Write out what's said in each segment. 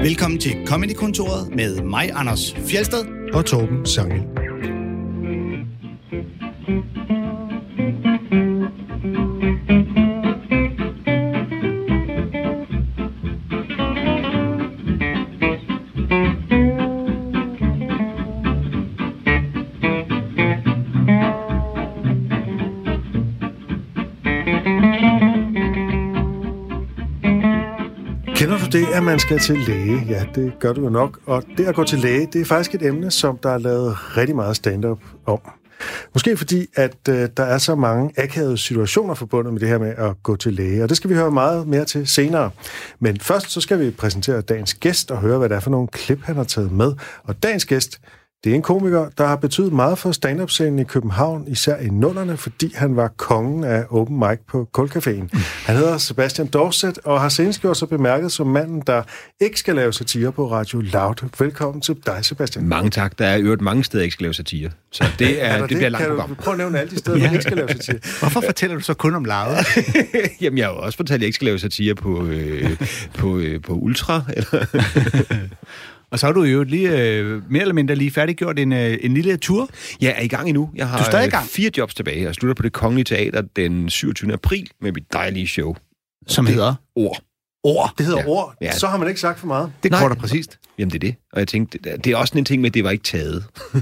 Velkommen til Comedy-kontoret med mig, Anders Fjeldsted og Torben Sangel. Kender du det, at man skal til læge? Ja, det gør du jo nok. Og det at gå til læge, det er faktisk et emne, som der er lavet rigtig meget stand-up om. Måske fordi, at der er så mange akavede situationer forbundet med det her med at gå til læge. Og det skal vi høre meget mere til senere. Men først så skal vi præsentere dagens gæst og høre, hvad det er for nogle klip, han har taget med. Og dagens gæst, det er en komiker, der har betydet meget for stand-up-scenen i København, især i 00'erne, fordi han var kongen af open mic på Kulcaféen. Han hedder Sebastian Dorset og har senest gjort sig bemærket som manden, der ikke skal lave satire på Radio Loud. Velkommen til dig, Sebastian. Mange tak. Der er jo mange steder, jeg ikke skal lave satire. Så det bliver langt program. Kan du prøve at nævne alle de steder, man ikke skal lave satire? Hvorfor fortæller du så kun om Loud? Jamen, jeg har jo også fortalt, at jeg ikke skal lave satire på Ultra. Eller Og så har du jo lige mere eller mindre lige færdiggjort en lille tur. Jeg er i gang endnu. Jeg har 4 jobs tilbage. Jeg slutter på Det Kongelige Teater den 27. april med mit dejlige show. Som hedder? Ord. Det hedder Ja. Ord. Ja. Så har man ikke sagt for meget. Det er kort og præcist. Jamen, det er det. Og jeg tænkte, det er også en ting med, at det var ikke taget.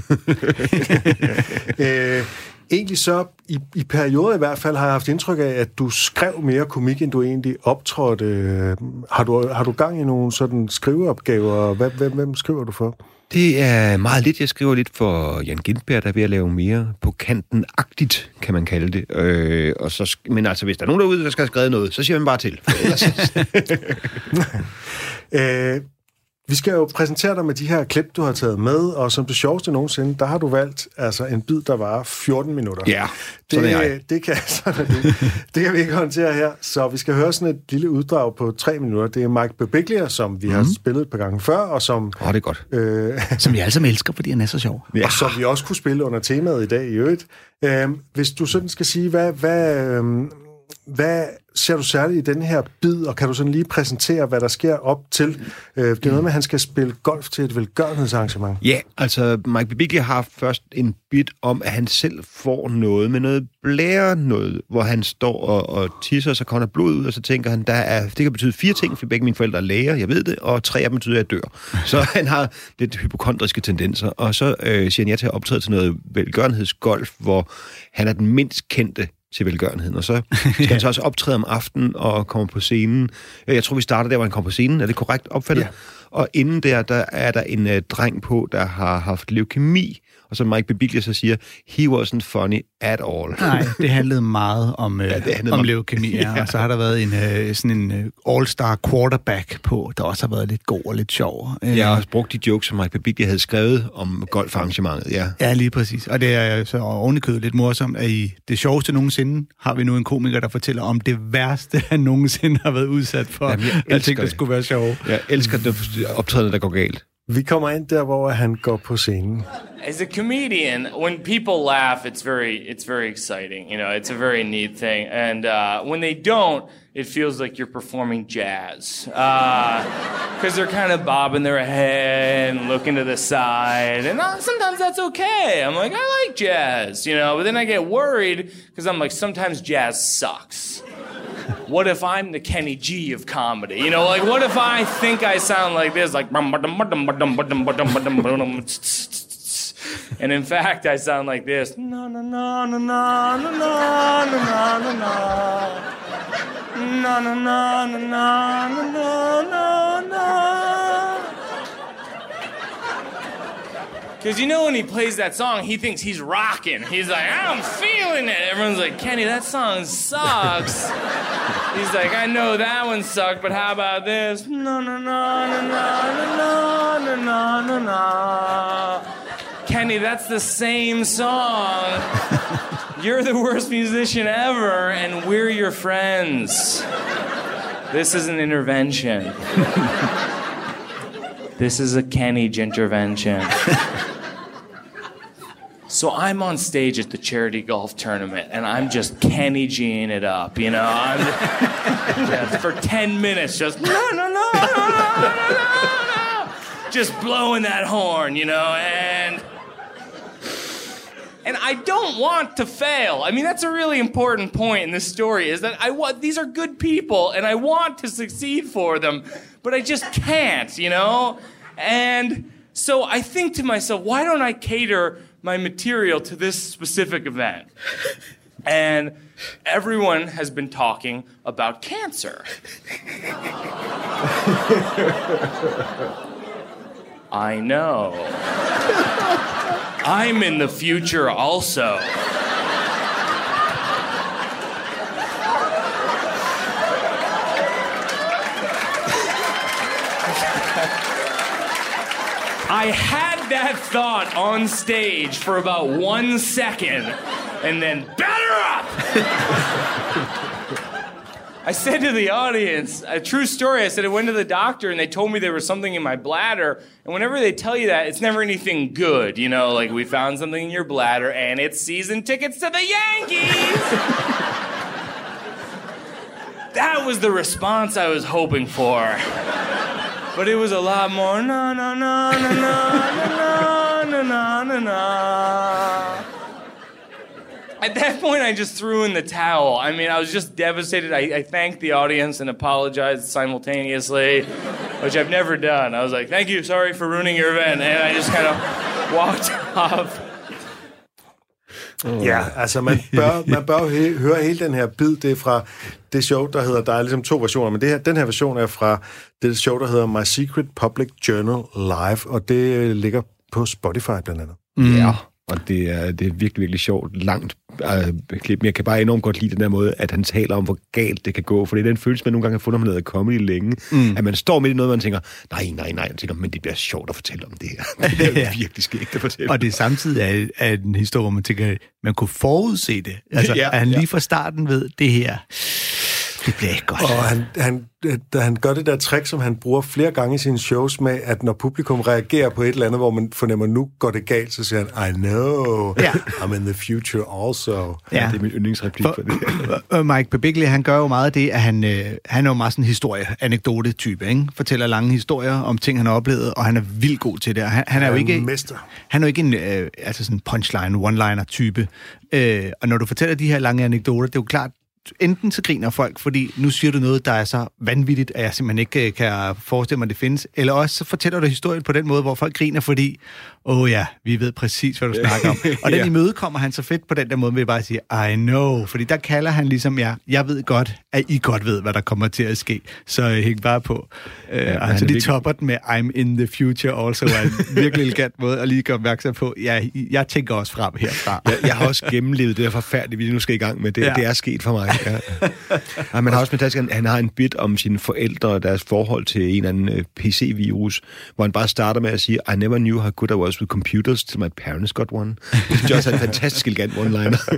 Egentlig så, i perioder i hvert fald, har jeg haft indtryk af, at du skrev mere komik, end du egentlig optrådte. Har du gang i nogle sådan skriveopgaver? Hvem skriver du for? Det er meget lidt. Jeg skriver lidt for Jan Gintberg, der er ved at lave mere på kanten-agtigt, kan man kalde det. Men altså, hvis der er nogen derude, der skal have skrevet noget, så siger man bare til. Vi skal jo præsentere dig med de her klip, du har taget med, og som det sjoveste nogensinde, der har du valgt altså en bid, der varer 14 minutter. Ja, sådan er jeg. Det kan vi ikke håndtere her, så vi skal høre sådan et lille uddrag på 3 minutter. Det er Mike Birbiglia, som vi har spillet et par gange før, og som... det er godt. Som vi alle sammen elsker, fordi han er så sjov. Ja. Og som vi også kunne spille under temaet i dag i øvrigt. Hvis du sådan skal sige, hvad ser du særligt i den her bid, og kan du sådan lige præsentere, hvad der sker op til? Det er noget med, at han skal spille golf til et velgørenhedsarrangement. Ja, altså Mike Birbiglia har først en bit om, at han selv får noget med noget blære noget, hvor han står og tisser, og så kommer der blod ud, og så tænker han, det kan betyde 4 ting, for begge mine forældre er læger, jeg ved det, og 3 af dem betyder, at jeg dør. Så han har lidt hypokondriske tendenser, og så siger han ja til at optræde til noget velgørenhedsgolf, hvor han er den mindst kendte til velgørenheden, og så skal han så også optræde om aftenen og komme på scenen. Jeg tror, vi starter der, hvor han kommer på scenen. Er det korrekt opfattet? Ja. Og inden der er der en dreng på, der har haft leukemi, og så Mike Birbiglia så siger, he wasn't funny at all. Nej, det handlede meget om leukemi, ja. Og så har der været sådan en all-star quarterback på, der også har været lidt god og lidt sjov. Jeg har også brugt de jokes, som Mike Birbiglia havde skrevet om golfarrangementet, ja. Ja, lige præcis. Og det er så ovenikøbet lidt morsomt, at i det sjoveste nogensinde har vi nu en komiker, der fortæller om det værste, han nogensinde har været udsat for. Jamen, jeg tænkte, det skulle være sjovt. Jeg elsker det optrædende, der går galt. Vi kommer ind der, hvor han går på scenen. As a comedian, when people laugh, it's very exciting. You know, it's a very neat thing. And when they don't, it feels like you're performing jazz. Because they're kind of bobbing their head and looking to the side. And sometimes that's okay. I'm like, I like jazz, you know. But then I get worried because I'm like, sometimes jazz sucks. What if I'm the Kenny G of comedy? You know, like, what if I think I sound like this, like, and in fact, I sound like this. Na na na na na na na na na na na na na na na. Because you know when he plays that song, he thinks he's rocking. He's like, I'm feeling it. Everyone's like, Kenny, that song sucks. He's like, I know that one sucked, but how about this? No, no, no, no, no, no, no, no, no, no. Kenny, that's the same song. You're the worst musician ever, and we're your friends. This is an intervention. This is a Kenny intervention. So I'm on stage at the charity golf tournament, and I'm just Kenny G'ing it up, you know? I'm just, for 10 minutes, just no, no, no, no, no, no, no. just blowing that horn, you know, and I don't want to fail. I mean, that's a really important point in this story, is that these are good people, and I want to succeed for them, but I just can't, you know? And so I think to myself, why don't I cater my material to this specific event? And everyone has been talking about cancer. I know. I'm in the future also. I had that thought on stage for about 1 second, and then batter up! I said to the audience, a true story, I said I went to the doctor and they told me there was something in my bladder, and whenever they tell you that, it's never anything good, you know, like we found something in your bladder and it's season tickets to the Yankees! That was the response I was hoping for. But it was a lot more na na na na na na na na na. At that point, I just threw in the towel. I mean, I was just devastated. I thanked the audience and apologized simultaneously, which I've never done. I was like, thank you, sorry for ruining your event. And I just kind of walked off. Ja, altså man bør høre hele den her bid. Det er fra det show, der hedder, der er ligesom 2 versioner, men den her version er fra det show, der hedder My Secret Public Journal Live, og det ligger på Spotify blandt andet. Ja, og det er virkelig, virkelig sjovt. Langt klip. Men jeg kan bare enormt godt lide den der måde, at han taler om, hvor galt det kan gå. For det er den følelse, man nogle gange har fundet, når man lavede comedy længe. At man står midt i noget, man tænker, nej, og tænker, men det bliver sjovt at fortælle om det her. Det er virkelig skægt at fortælle. Og det er samtidig er en historie, hvor man tænker, man kunne forudse det. Altså, at han lige fra starten ved, det her, det bliver ikke godt. Og han gør det der trick, som han bruger flere gange i sine shows med, at når publikum reagerer på et eller andet, hvor man fornemmer, nu går det galt, så siger han, I know, I'm in the future also. Ja. Det er min yndlingsreplik for det. Mike Birbiglia, han gør jo meget af det, at han er jo meget sådan en historie-anekdote-type, ikke? Fortæller lange historier om ting, han har oplevet, og han er vildt god til det. Han er jo ikke mester. Han er jo ikke en altså sådan punchline, one-liner-type. Og når du fortæller de her lange anekdoter, det er jo klart, enten så griner folk, fordi nu siger du noget, der er så vanvittigt, at jeg simpelthen ikke kan forestille mig, at det findes. Eller også så fortæller du historien på den måde, hvor folk griner, fordi, vi ved præcis, hvad du snakker om. Og den imødekommer han så fedt på den der måde, vil jeg bare sige, I know. Fordi der kalder han ligesom, jeg ved godt, at I godt ved, hvad der kommer til at ske. Så hæng bare på. Altså de topper den med, I'm in the future also, er en virkelig elegant måde at lige gøre opmærksom på. Jeg tænker også frem herfra. Jeg har også gennemlevet det der forfærdelige, vi nu skal i gang med. Det er sket for mig. Ja. Man har også fantastisk, han har en bit om sine forældre og deres forhold til en eller anden PC-virus, hvor han bare starter med at sige, I never knew how good I was with computers till my parents got one. Det synes jeg også er en fantastisk elegant one-liner.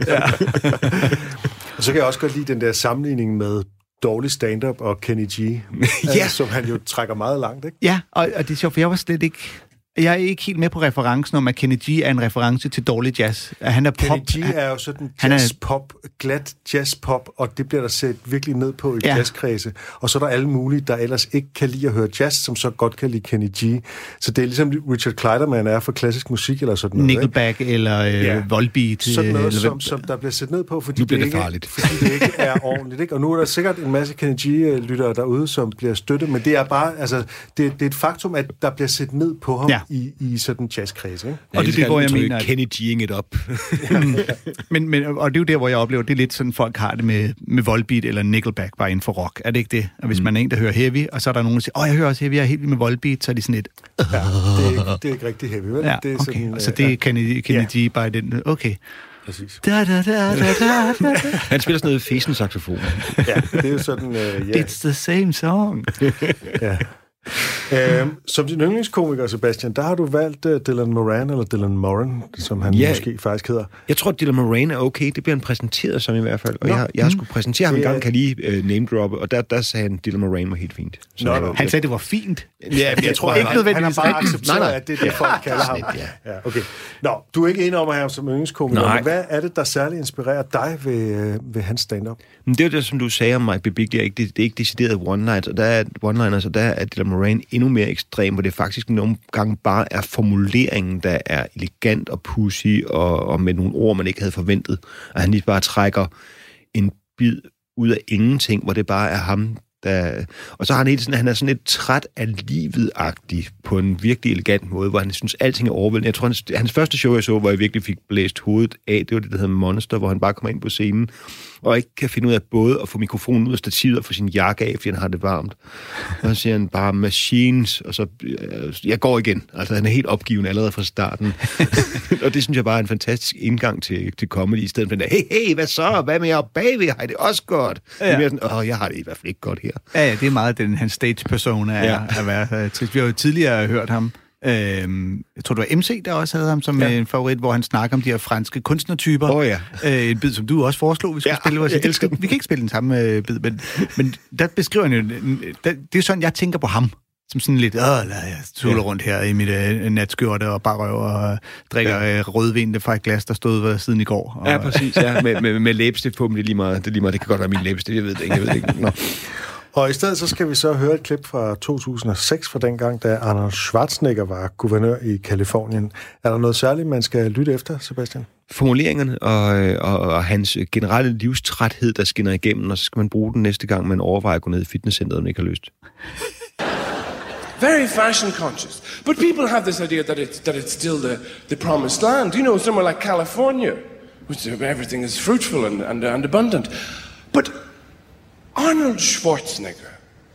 Og så kan jeg også godt lide den der sammenligning med dårlig stand-up og Kenny G, som han jo trækker meget langt, ikke? Ja, og det er sjovt, for jeg var slet ikke... Jeg er ikke helt med på referencen om, at Kenny G er en reference til dårlig jazz. Han er pop. Kenny G er jo sådan jazz-pop, glat jazz-pop, og det bliver der set virkelig ned på i jazzkredse. Og så er der alle mulige, der ellers ikke kan lide at høre jazz, som så godt kan lide Kenny G. Så det er ligesom Richard Kleiderman er for klassisk musik eller sådan noget. Nickelback eller Volbeat. Sådan noget, som der bliver set ned på, fordi det ikke er ordentligt. Ikke? Og nu er der sikkert en masse Kenny G-lyttere derude, som bliver støttet, men det er bare, altså, det er et faktum, at der bliver set ned på ham. Ja. I sådan jazzkredse, ikke? Og det er hvor jeg mener, Kenny G'ing it up. Og det er jo der, hvor jeg oplever, det er lidt sådan, folk har det med Volbeat eller Nickelback, bare inden for rock. Er det ikke det? Og hvis man er en, der hører heavy, og så er der nogen, der siger, jeg hører også heavy, jeg er helt vild med Volbeat, så er de sådan et... Ja, det er ikke rigtig heavy, vel? Ja, det er okay. sådan, så det er Kenny G bare den... Okay. Præcis. Han spiller sådan noget fesen-saxofon. Ja, det er jo sådan... It's the same song. Ja. Som din yndlingskomiker, Sebastian, der har du valgt Dylan Moran, eller Dylan Moran, som han måske faktisk hedder. Jeg tror, at Dylan Moran er okay. Det bliver han præsenteret som i hvert fald. Og jeg har skulle præsentere ham en gang, kan lige name-droppe, og der sagde han, Dylan Moran var helt fint. Så, han sagde, det var fint. Ja, jeg tror, han har bare accepteret, at det er det, folk kalder ham. Ja, okay. Nå, du er ikke enig om at have ham som yndlingskomiker, men hvad er det, der særligt inspirerer dig ved hans stand-up? Det er jo det, som du sagde om Mike Birbiglia, det er ikke decideret one-liners, og der er Dylan Moran endnu mere ekstrem, hvor det faktisk nogle gange bare er formuleringen, der er elegant og pudsig, og med nogle ord, man ikke havde forventet. Og han lige bare trækker en bid ud af ingenting, hvor det bare er ham, der... Og så har han hele tiden, han er sådan lidt træt af livet-agtig på en virkelig elegant måde, hvor han synes, alting er overvældende. Jeg tror, hans første show, jeg så, hvor jeg virkelig fik blæst hovedet af, det var det, der hedder Monster, hvor han bare kommer ind på scenen, og ikke kan finde ud af både at få mikrofonen ud af stativet og få sin jakke af, fordi han har det varmt. Og så siger han bare machines, og så jeg går igen. Altså, han er helt opgiven allerede fra starten. Og det synes jeg bare er en fantastisk indgang til comedy, i stedet for den der, hey, hvad så? Hvad med jer bagved? Har I det også godt? Ja. Det er mere sådan, jeg har det i hvert fald ikke godt her. Ja, det er meget den, hans stage-persona er at være trist. Vi har jo tidligere hørt ham, jeg tror, det var MC, der også havde ham som en favorit, hvor han snakker om de her franske kunstnertyper. En bid, som du også foreslog, vi skulle spille. Vi kan ikke spille den samme bid, men der beskriver han jo... Det er sådan, jeg tænker på ham. Som sådan lidt, jeg tuller rundt her i mit natskjorte og bare røver og drikker rødvin fra et glas, der stod ved siden i går. Og... Ja, præcis. Ja. Med læbestift på, men det er lige meget. Det kan godt være min læbestift, jeg ved det ikke. Nå. Og i stedet så skal vi så høre et klip fra 2006, fra dengang, da Arnold Schwarzenegger var guvernør i Kalifornien. Er der noget særligt, man skal lytte efter, Sebastian? Formuleringerne og hans generelle livstræthed, der skinner igennem, og så skal man bruge den næste gang, man overvejer at gå ned i fitnesscenteret, man ikke har lyst. Very fashion conscious. But people have this idea that it's still the promised land. You know, somewhere like California, which everything is fruitful and abundant. But Arnold Schwarzenegger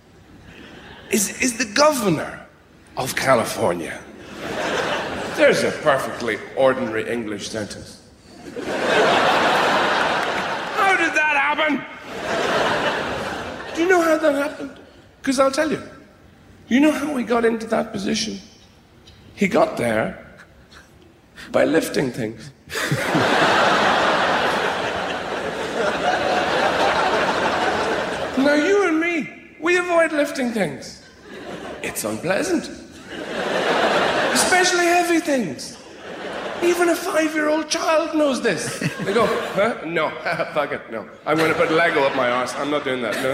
is the governor of California. There's a perfectly ordinary English sentence. How did that happen? Do you know how that happened? Because I'll tell you. You know how he got into that position? He got there by lifting things. Now you and me, we avoid lifting things. It's unpleasant. Especially heavy things. Even a 5-year-old child knows this. They go, huh? No, fuck it, no. I'm going to put Lego up my arse. I'm not doing that, no.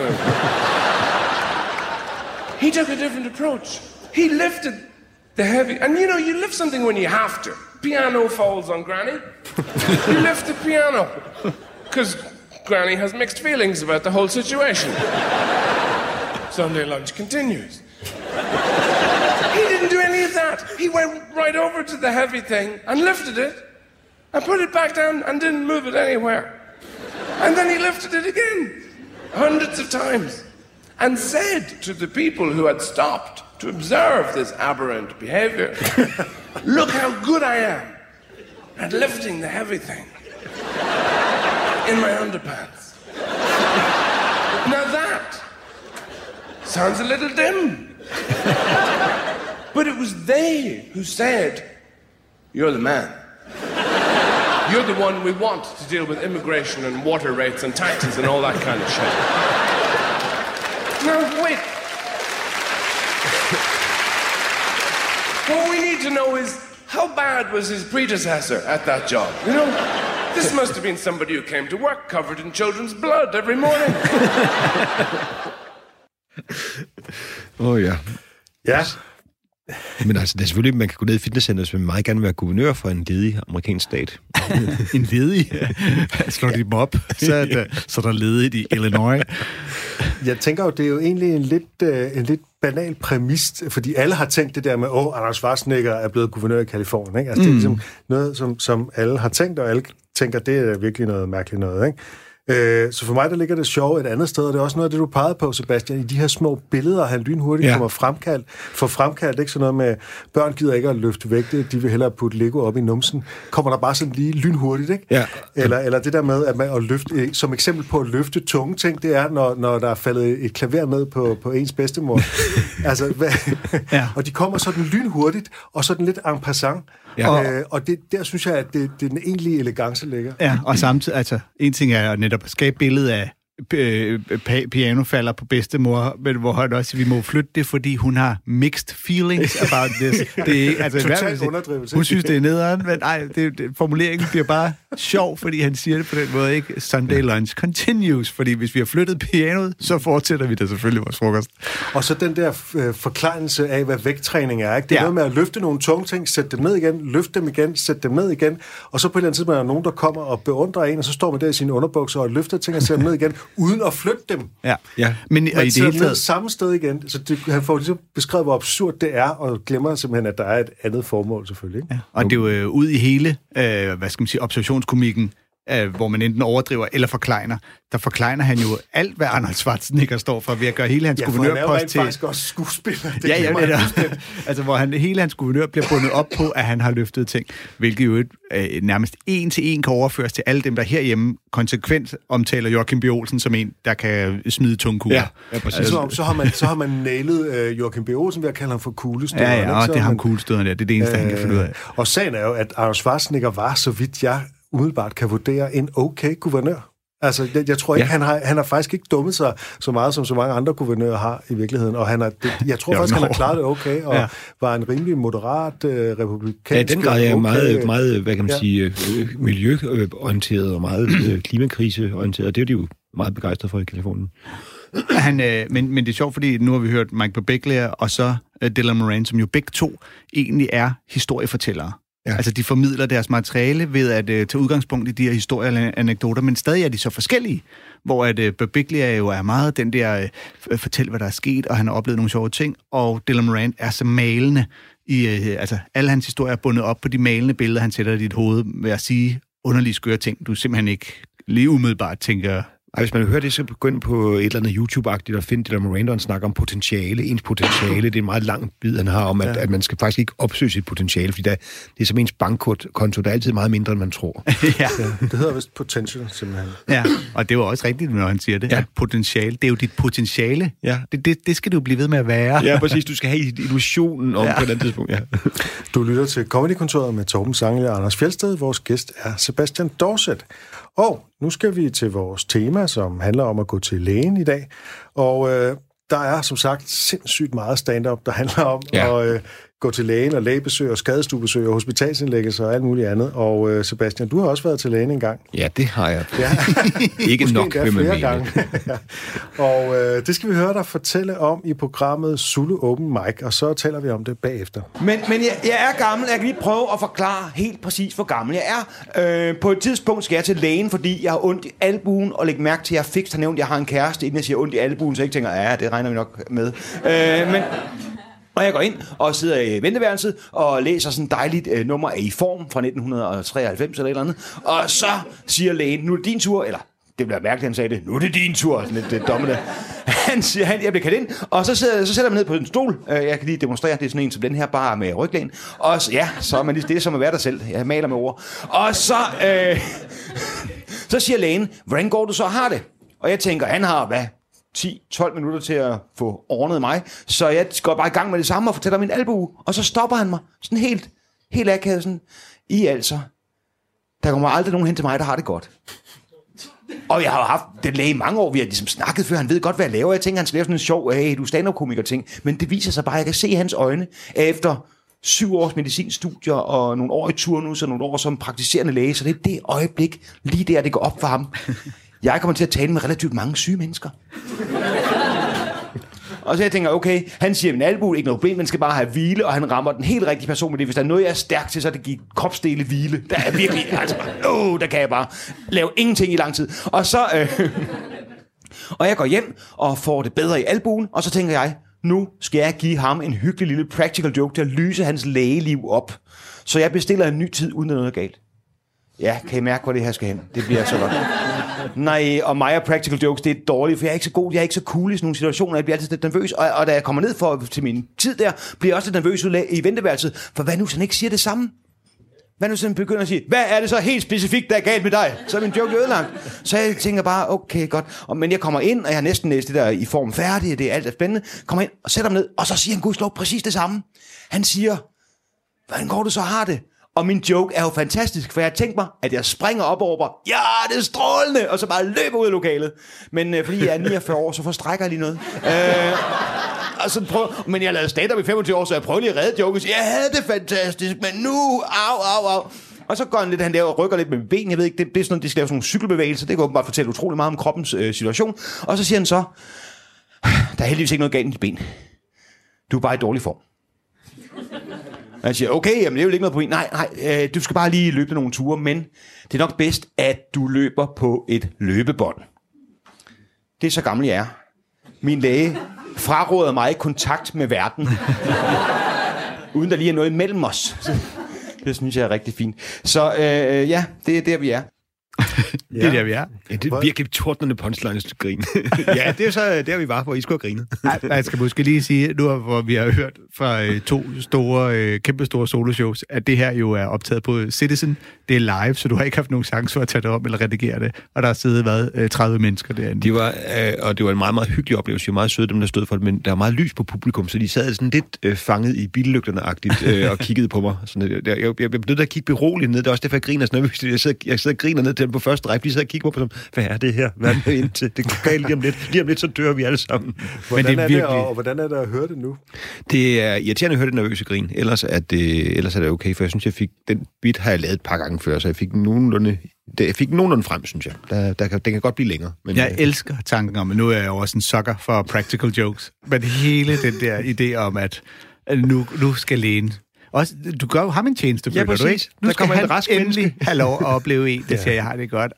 He took a different approach. He lifted the heavy... And you know, you lift something when you have to. Piano falls on Granny. You lift the piano. Because Granny has mixed feelings about the whole situation. Sunday lunch continues. He didn't do any of that. He went right over to the heavy thing and lifted it and put it back down and didn't move it anywhere. And then he lifted it again, hundreds of times. And said to the people who had stopped to observe this aberrant behavior, look how good I am at lifting the heavy thing in my underpants. Now that sounds a little dim. But it was they who said, you're the man. You're the one we want to deal with immigration and water rates and taxes and all that kind of shit. Now, wait. What we need to know is, how bad was his predecessor at that job? You know, this must have been somebody who came to work covered in children's blood every morning. Ja. Ja. Men altså, det er selvfølgelig, man kan gå ned i fitnesscenter, hvis man meget gerne vil være guvernør for en ledig amerikansk stat. En ledig? Slår de dem op, så er der ledigt i Illinois. Jeg tænker jo, det er jo egentlig en lidt banal præmis, fordi alle har tænkt det der med, Arnold Schwarzenegger er blevet guvernør i Kalifornien, ikke? Altså, det er ligesom noget, som alle har tænkt, og alle tænker, det er virkelig noget mærkeligt noget, ikke? Så for mig, der ligger det sjove et andet sted, og det er også noget af det, du pegede på, Sebastian, i de her små billeder, han lynhurtigt kommer fremkaldt, ikke sådan noget med, børn gider ikke at løfte vægte, de vil hellere putte Lego op i numsen, kommer der bare sådan lige lynhurtigt, ikke? Ja. Eller det der med, at man at løfte, som eksempel på at løfte tunge ting, det er, når der er faldet et klaver ned på ens bedstemor. Altså, og de kommer sådan lynhurtigt, og sådan lidt en passant. Ja. Og der synes jeg, at det den egentlige elegance ligger. Ja, og samtidig, altså, en ting er netop at skabe billedet af piano falder på bedstemor, men hvor han også, vi må flytte det, fordi hun har mixed feelings about this. Det er altså, total underdrivelse. Hun synes, det er nederen, men formuleringen bliver bare sjov, fordi han siger det på den måde, ikke? Sunday lunch continues, fordi hvis vi har flyttet pianoet, så fortsætter vi da selvfølgelig vores frokost. Og så den der forklejnelse af, hvad vægttræning er, ikke? Det er noget med at løfte nogle tunge ting, sætte dem ned igen, løfte dem igen, sætte dem ned igen, og så på et eller andet tidspunkt er der nogen, der kommer og beundrer en, og så står man der i sine underbukser og løfter ting og sætter dem ned igen, uden at flytte dem. Ja. Men man i det hele taget samme sted igen, så han får ligesom beskrevet, hvor absurd det er, og glemmer simpelthen, at der er et andet formål selvfølgelig. Ikke? Ja. Og det er jo ud i hele, observationskomikken, hvor man enten overdriver eller forklejner. Der forklejner han jo alt, hvad Arnold Schwarzenegger står for, ved at gøre hele hans guvernørpost til... Ja, for han er jo faktisk også skuespiller. Altså, hvor hele hans guvernør bliver bundet op på, at han har løftet ting, hvilket jo nærmest en til en kan overføres til alle dem, der herhjemme konsekvent omtaler Joachim B. Olsen som en, der kan smide tungkugler. Ja, præcis. Altså, så har man nailet Joachim B. Olsen ved at kalde ham for kuglestøderen. Ja, og det er ham kuglestøderen der. Det er det eneste, han kan finde ud af. Og sagen er jo, at Arnold Schwarzenegger var, så vidt jeg umiddelbart kan vurdere, en okay guvernør. Altså, jeg tror ikke, han har faktisk ikke dummet sig så meget, som så mange andre guvernører har i virkeligheden, og jeg tror faktisk, han har klaret det okay, og var en rimelig moderat republikansk... Ja, den grad er meget, hvad kan man sige, miljøorienteret og meget klimakriseorienteret, og det er de jo meget begejstret for i Kalifornien. Men det er sjovt, fordi nu har vi hørt Mike Birbiglia og så Dylan Moran, som jo begge to egentlig er historiefortællere. Ja. Altså, de formidler deres materiale ved at tage udgangspunkt i de her historier og anekdoter, men stadig er de så forskellige, hvor at Birbiglia jo er meget den der fortæl, hvad der er sket, og han har oplevet nogle sjove ting, og Dylan Moran er så malende i, altså, alle hans historier er bundet op på de malende billeder, han sætter i dit hoved ved at sige underlige skøre ting, du simpelthen ikke lige umiddelbart tænker... Hvis man vil høre det, så begynd på et eller andet YouTube-agtigt og finde Dylan Moran, og snakke om potentiale. Ens potentiale, det er en meget lang bid, han har om, at man skal faktisk ikke opsøge sit potentiale, fordi det er som ens bankkonto, der er altid meget mindre, end man tror. Ja, det hedder vist potential, simpelthen. Ja, og det er jo også rigtigt, når han siger det. Ja. At potentiale, det er jo dit potentiale. Ja. Det skal du blive ved med at være. Ja, præcis. Du skal have illusionen om på et andet tidspunkt. Ja. Du lytter til Comedy-kontoret med Torben Sange og Anders Fjeldsted. Vores gæst er Sebastian Dorset. Og nu skal vi til vores tema, som handler om at gå til lægen i dag. Og der er som sagt sindssygt meget stand-up, der handler om at gå til lægen og lægebesøg og skadestuebesøg og hospitalsindlæggelser og alt muligt andet. Og Sebastian, du har også været til lægen en gang. Ja, det har jeg. Ja. Ikke nok, vil man mene. Ja. Og det skal vi høre dig fortælle om i programmet Zulu Open Mic, og så taler vi om det bagefter. Men jeg er gammel, jeg kan lige prøve at forklare helt præcis, hvor gammel jeg er. På et tidspunkt skal jeg til lægen, fordi jeg har ondt i albuen, og læg mærke til, at jeg fikst har nævnt, at jeg har en kæreste, inden jeg siger ondt i albuen, så jeg ikke tænker, ja, det regner vi nok med. Og jeg går ind og sidder i venteværelset og læser sådan et dejligt nummer af I Form fra 1993 eller et eller andet. Og så siger lægen, nu er det din tur, eller det bliver mærkeligt, han sagde det, nu er det din tur, sådan lidt domme der. Han siger, jeg bliver kaldt ind, og så sætter man ned på en stol. Jeg kan lige demonstrere, det er sådan en som den her, bare med ryglæn. Og så er man lige det, som at være der selv. Jeg maler med ord. Og så siger lægen, hvordan går du så har det? Og jeg tænker, han har, 10-12 minutter til at få ordnet mig. Så jeg går bare i gang med det samme og fortæller min albue. Og så stopper han mig. Sådan helt akavet. Sådan, der kommer aldrig nogen hen til mig, der har det godt. Og jeg har haft den læge i mange år. Vi har ligesom snakket før. Han ved godt, hvad jeg laver. Jeg tænker, han skal lave sådan en sjov, du stand-up-komiker ting. Men det viser sig bare, jeg kan se hans øjne efter 7 års medicinstudier og nogle år i turnus og nogle år som praktiserende læge. Så det er det øjeblik, lige der, det går op for ham. Jeg kommer til at tale med relativt mange syge mennesker. Og så jeg tænker, okay, han siger, min albue ikke noget problem, man skal bare have hvile, og han rammer den helt rigtige person med det. Hvis der er noget, jeg er stærk til, så er det give kropsdele hvile. Der er virkelig, der kan jeg bare lave ingenting i lang tid. Og så, og jeg går hjem og får det bedre i albuen, og så tænker jeg, nu skal jeg give ham en hyggelig lille practical joke til at lyse hans lægeliv op. Så jeg bestiller en ny tid, uden noget er galt. Ja, kan I mærke, hvor det her skal hen? Det bliver så godt. Nej, og mig og practical jokes, det er dårligt, for jeg er ikke så god, jeg er ikke så cool i sådan nogle situationer, jeg bliver altid lidt nervøs, og da jeg kommer ned til min tid der, bliver jeg også lidt nervøs i venteværelset, for hvad nu, så han ikke siger det samme? Hvad nu, så han begynder at sige, hvad er det så helt specifikt, der er galt med dig? Så er min joke ødelagt. Så jeg tænker bare, okay, godt, men jeg kommer ind, og jeg har næsten læst det der I Form færdigt, det er alt spændende, kommer ind og sætter ham ned, og så siger han gudslov præcis det samme. Han siger, hvordan går du så har det? Og min joke er jo fantastisk, for jeg har tænkt mig, at jeg springer op og råber, ja, det er strålende, og så bare løber ud af lokalet. Men fordi jeg er 49 år, så forstrækker jeg lige noget. Og så men jeg lavede stand-up i 25 år, så jeg prøvede lige at redde jokes. Jeg havde det fantastisk, men nu, au. Og så går han lidt, han laver, rykker lidt med ben, jeg ved ikke, det er sådan noget, de skal lave sådan nogle cykelbevægelser, det kan åbenbart fortælle utrolig meget om kroppens situation. Og så siger han så, der er heldigvis ikke noget galt i dit ben. Du er bare i dårlig form. Og han siger, okay, jamen det er jo ikke noget problem. Nej, du skal bare lige løbe nogle ture, men det er nok bedst, at du løber på et løbebånd. Det er så gammel jeg er. Min læge fraråder mig kontakt med verden. Uden der lige er noget imellem os. Det synes jeg er rigtig fint. Så ja, det er der, vi er. Det er der, vi er. Ja, det er virkelig tordnende punchlines til grin. Ja, det er jo så der, vi var, hvor I skulle have grinet. Jeg skal måske lige sige, nu hvor vi har hørt fra 2 kæmpe store soloshows, at det her jo er optaget på Citizen. Det er live, så du har ikke haft nogen chance for at tage det om eller redigere det. Og der har siddet 30 mennesker derinde. De var, og det var en meget, meget hyggelig oplevelse. De var meget søde, dem der stod for det, men der var meget lys på publikum, så de sad sådan lidt fanget i billygterne-agtigt og kiggede på mig. Sådan, jeg blev nødt til at kigge beroligt ned. Det er også derfor, jeg griner sådan noget. Jeg sidder og griner ned til dem på første række. De sidder og kigger på mig som, hvad er det her? Hvad er det ind til? Det går galt lige om lidt. Lige om lidt, så dør vi alle sammen. Hvordan er det, og hvordan er det at høre det nu? Det er irriterende at høre det nervøse grin. Ellers er det okay, for jeg synes, jeg fik den bit har jeg lavet et par gange før, så jeg fik nogenlunde frem, synes jeg. Den kan godt blive længere. Men jeg elsker tanken om, at nu er jeg jo også en sucker for practical jokes, men hele den der idé om, at nu skal lægen. Også, du gør jo ham en tjeneste, føler du ikke? Nu skal han endelig have lov at opleve en, der siger, jeg har det godt.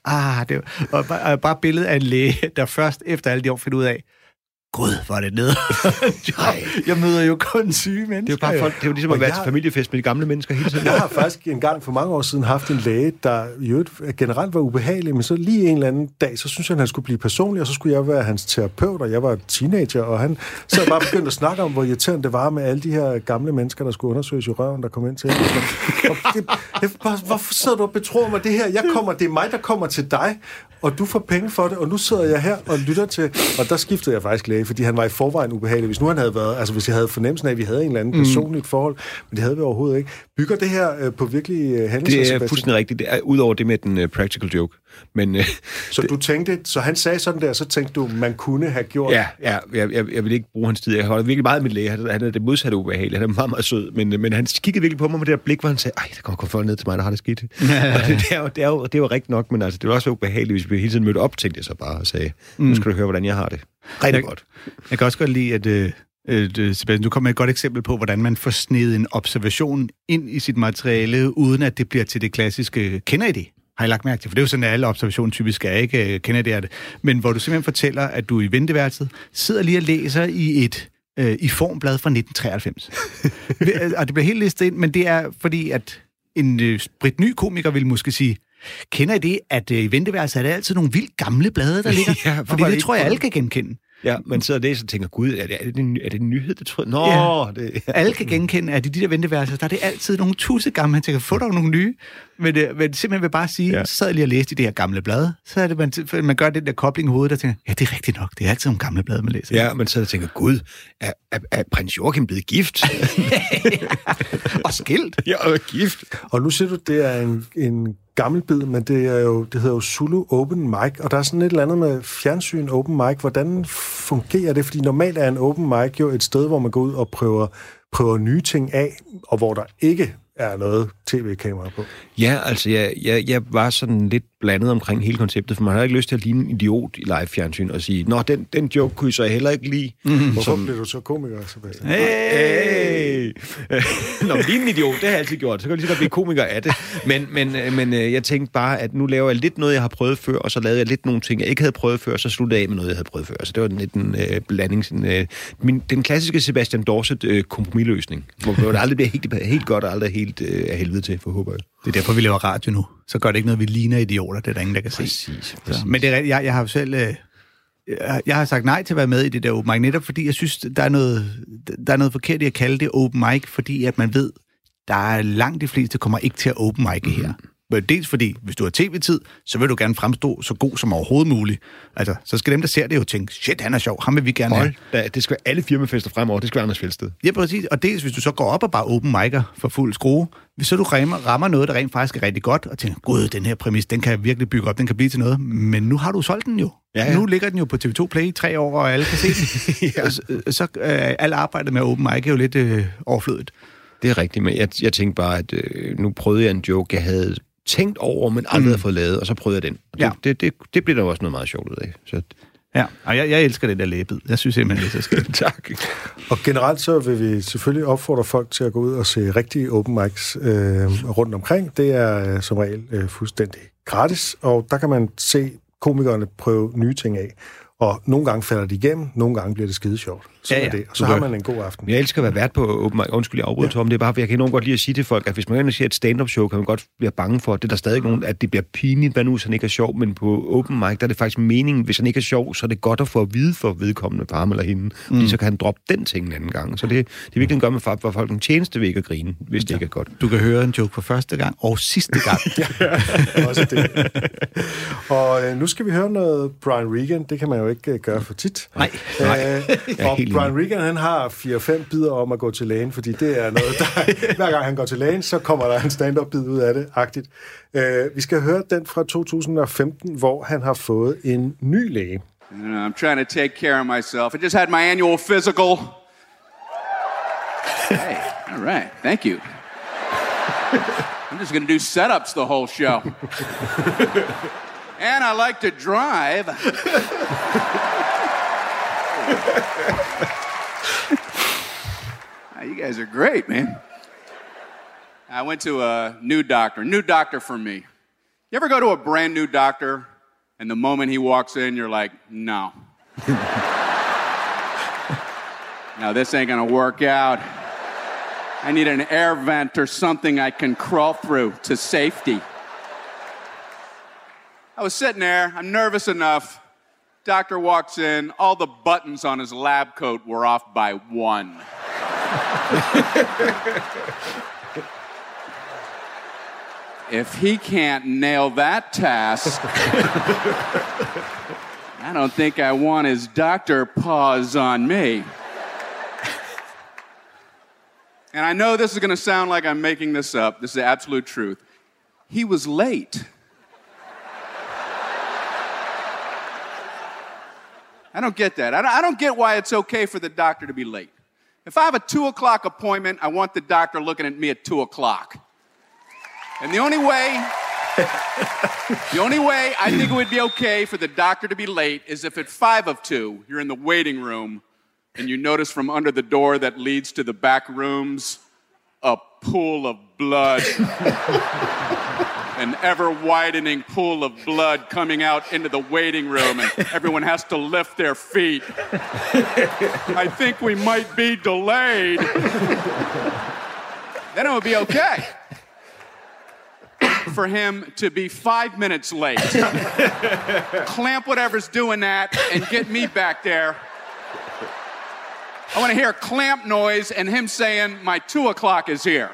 Og bare billedet af en læge, der først efter alle de år finder ud af, Gud, hvor er det nede. Jeg møder jo kun syge mennesker. Det er jo bare folk, det er jo ligesom at være til familiefest med de gamle mennesker hele tiden. Jeg har faktisk en gang for mange år siden haft en læge, der jo generelt var ubehagelig, men så lige en eller anden dag, så synes jeg, han skulle blive personlig, og så skulle jeg være hans terapeut, og jeg var teenager, og han så bare begyndt at snakke om, hvor irriterende det var med alle de her gamle mennesker, der skulle undersøges i røven, der kom ind til hvorfor sidder du og betror mig det her? Det er mig, der kommer til dig, og du får penge for det, og nu sidder jeg her og lytter til, og der skiftede jeg faktisk læge, fordi han var i forvejen ubehagelig. Hvis nu han havde været, altså hvis jeg havde fornemmelsen af, at vi havde en eller anden personligt forhold, men det havde vi overhovedet ikke. Bygger det her på virkelig hændelser? Det er fuldstændig rigtigt. Det er udover det med den practical joke. Men, så du tænkte, så han sagde sådan der, så tænkte du, man kunne have gjort... Ja, jeg vil ikke bruge hans tid. Jeg holder virkelig meget med læge. Han er det modsatte ubehagelige. Han er meget, meget sød. Men han kiggede virkelig på mig med det der blik, hvor han sagde, der kommer folk ned til mig, der har det skidt. Og det er jo rigtigt nok, men altså, det var også ubehageligt, hvis vi hele tiden mødte op, tænkte jeg så bare og sagde, nu skal du høre, hvordan jeg har det. Rigtig godt. Jeg kan også godt lide, at Sebastian, du kommer med et godt eksempel på, hvordan man får snedet en observation ind i sit materiale, uden at det bliver til det klassiske, kender I det? Har I lagt mærke til? For det er jo sådan, at alle observationer typisk er, ikke kender det af det. Men hvor du simpelthen fortæller, at du i venteværelset sidder lige og læser i et formblad fra 1993. Og det bliver helt listet ind, men det er fordi, at en spritny komiker vil måske sige, kender I det, at i venteværelset er det altid nogle vildt gamle blade, der ligger? Ja, fordi det tror jeg, alle kan genkende. Ja, man sidder der og tænker, gud, er det en nyhed, det tror jeg? Nå, ja. Alle kan genkende, at i de der venteværelser, der er det altid nogle gamle. Man tænker, få dog nogle nye. Men simpelthen vil bare sige, så sad jeg lige og læste i det her gamle blade. Så er det, man gør den der kobling i hovedet, og tænker, ja, det er rigtigt nok. Det er altid nogle gamle blade, man læser. Ja, man sidder og tænker, gud, er prins Joachim blevet gift? Og skilt. Ja, og gift. Og nu siger du, det er en gammel bid, men det hedder jo Zulu Open Mic, og der er sådan et eller andet med fjernsyn Open Mic. Hvordan fungerer det? Fordi normalt er en Open Mic jo et sted, hvor man går ud og prøver nye ting af, og hvor der ikke er noget tv-kamera på. Ja, altså jeg var sådan lidt blandet omkring hele konceptet, for man har ikke lyst til at ligne en idiot i live-fjernsyn og sige, nå, den joke kunne I så heller ikke lide. Hvorfor blev du så komiker, Sebastian? Hey! Nå, ligne en idiot, det har jeg altid gjort. Så kan jeg lige så blive komiker af det. Men jeg tænkte bare, at nu laver jeg lidt noget, jeg har prøvet før, og så lavede jeg lidt nogle ting, jeg ikke havde prøvet før, så sluttede jeg af med noget, jeg havde prøvet før. Så det var lidt en blanding. Den klassiske Sebastian Dorset kompromisløsning, hvor det aldrig bliver helt godt og aldrig helt af helvede til, for håber jeg. Det er derfor, vi laver radio nu. Så gør det ikke noget, vi ligner idioter. Det er der ingen, der kan se. Præcis. Men det er, jeg har jo selv... Jeg har sagt nej til at være med i det der open mic, netop fordi jeg synes, der er noget forkert i at kalde det open mic, fordi at man ved, der er langt de fleste, kommer ikke til at open mic her. Men dels fordi, hvis du har tv-tid, så vil du gerne fremstå så god som overhovedet muligt. Altså, så skal dem, der ser det jo tænke, shit, han er sjov, ham vil vi gerne have. Det skal være alle firmafester fremover, det skal være Anders Fjeldsted. Ja, præcis. Og dels, hvis du så går op og bare open mic'er for fuld skrue, hvis så du rammer noget, der rent faktisk er rigtig godt, og tænker, gud, den her præmis, den kan jeg virkelig bygge op, den kan blive til noget. Men nu har du solgt den jo. Ja. Nu ligger den jo på TV2 Play i 3 år, og alle kan se den. Så alt arbejdet med open mic er jo lidt overflødigt. Det er rigtigt, men jeg tænkte bare, at nu prøvede jeg en joke, jeg havde tænkt over, men aldrig havde fået lavet, og så prøvede jeg den. Og det blev der også noget meget sjovt ud af. Så... Ja, og jeg elsker det der lægebid. Jeg synes simpelthen, det er så skægt. Tak. Og generelt så vil vi selvfølgelig opfordre folk til at gå ud og se rigtige open mics rundt omkring. Det er som regel fuldstændig gratis, og der kan man se komikerne prøve nye ting af. Og nogle gange falder de igennem, nogle gange bliver det skide sjovt. Sådan er det. Og så har man en god aften. Jeg elsker at være vært på open mic. Undskyld, jeg afbryder, Tom. Det er bare, for jeg kan enormt godt lide at sige til folk, at hvis man ser et stand-up show, kan man godt blive bange for, at det er der stadig nogen, at det bliver pinligt, hvad nu, så han ikke er sjov. Men på open mic, der er det faktisk meningen, hvis han ikke er sjov, så er det godt at få at vide for vedkommende for ham eller hende. Fordi så kan han droppe den ting en anden gang. Så det virkelig gør med for folk en tjeneste ved ikke at grine, hvis det ikke er godt. Du kan høre en joke for første gang og sidste gang. Også det. Og nu skal vi høre noget Brian Regan. Det kan man jo ikke gøre for tit. Nej. Og Brian Regan, han har 4-5 bidder om at gå til lægen, fordi det er noget, der hver gang han går til lægen, så kommer der en stand-up-bid ud af det, agtigt. Vi skal høre den fra 2015, hvor han har fået en ny læge. I'm trying to take care of myself. I just had my annual physical. Hey, all right, thank you. I'm just going to do setups the whole show. And I like to drive. You guys are great, man. I went to a new doctor for me. You ever go to a brand new doctor, and the moment he walks in, you're like, no. No, this ain't gonna work out. I need an air vent or something I can crawl through to safety. I was sitting there, I'm nervous enough. Doctor walks in, all the buttons on his lab coat were off by one. If he can't nail that task, I don't think I want his doctor paws on me. And I know this is going to sound like I'm making this up. This is the absolute truth. He was late. I don't get that. I don't get why it's okay for the doctor to be late. If I have a 2 o'clock appointment, I want the doctor looking at me at 2 o'clock. And the only way I think it would be okay for the doctor to be late is if at 2:05, you're in the waiting room and you notice from under the door that leads to the back rooms a pool of blood. An ever-widening pool of blood coming out into the waiting room, and everyone has to lift their feet. I think we might be delayed. Then it would be okay for him to be 5 minutes late. Clamp whatever's doing that and get me back there. I want to hear a clamp noise and him saying, my 2 o'clock is here.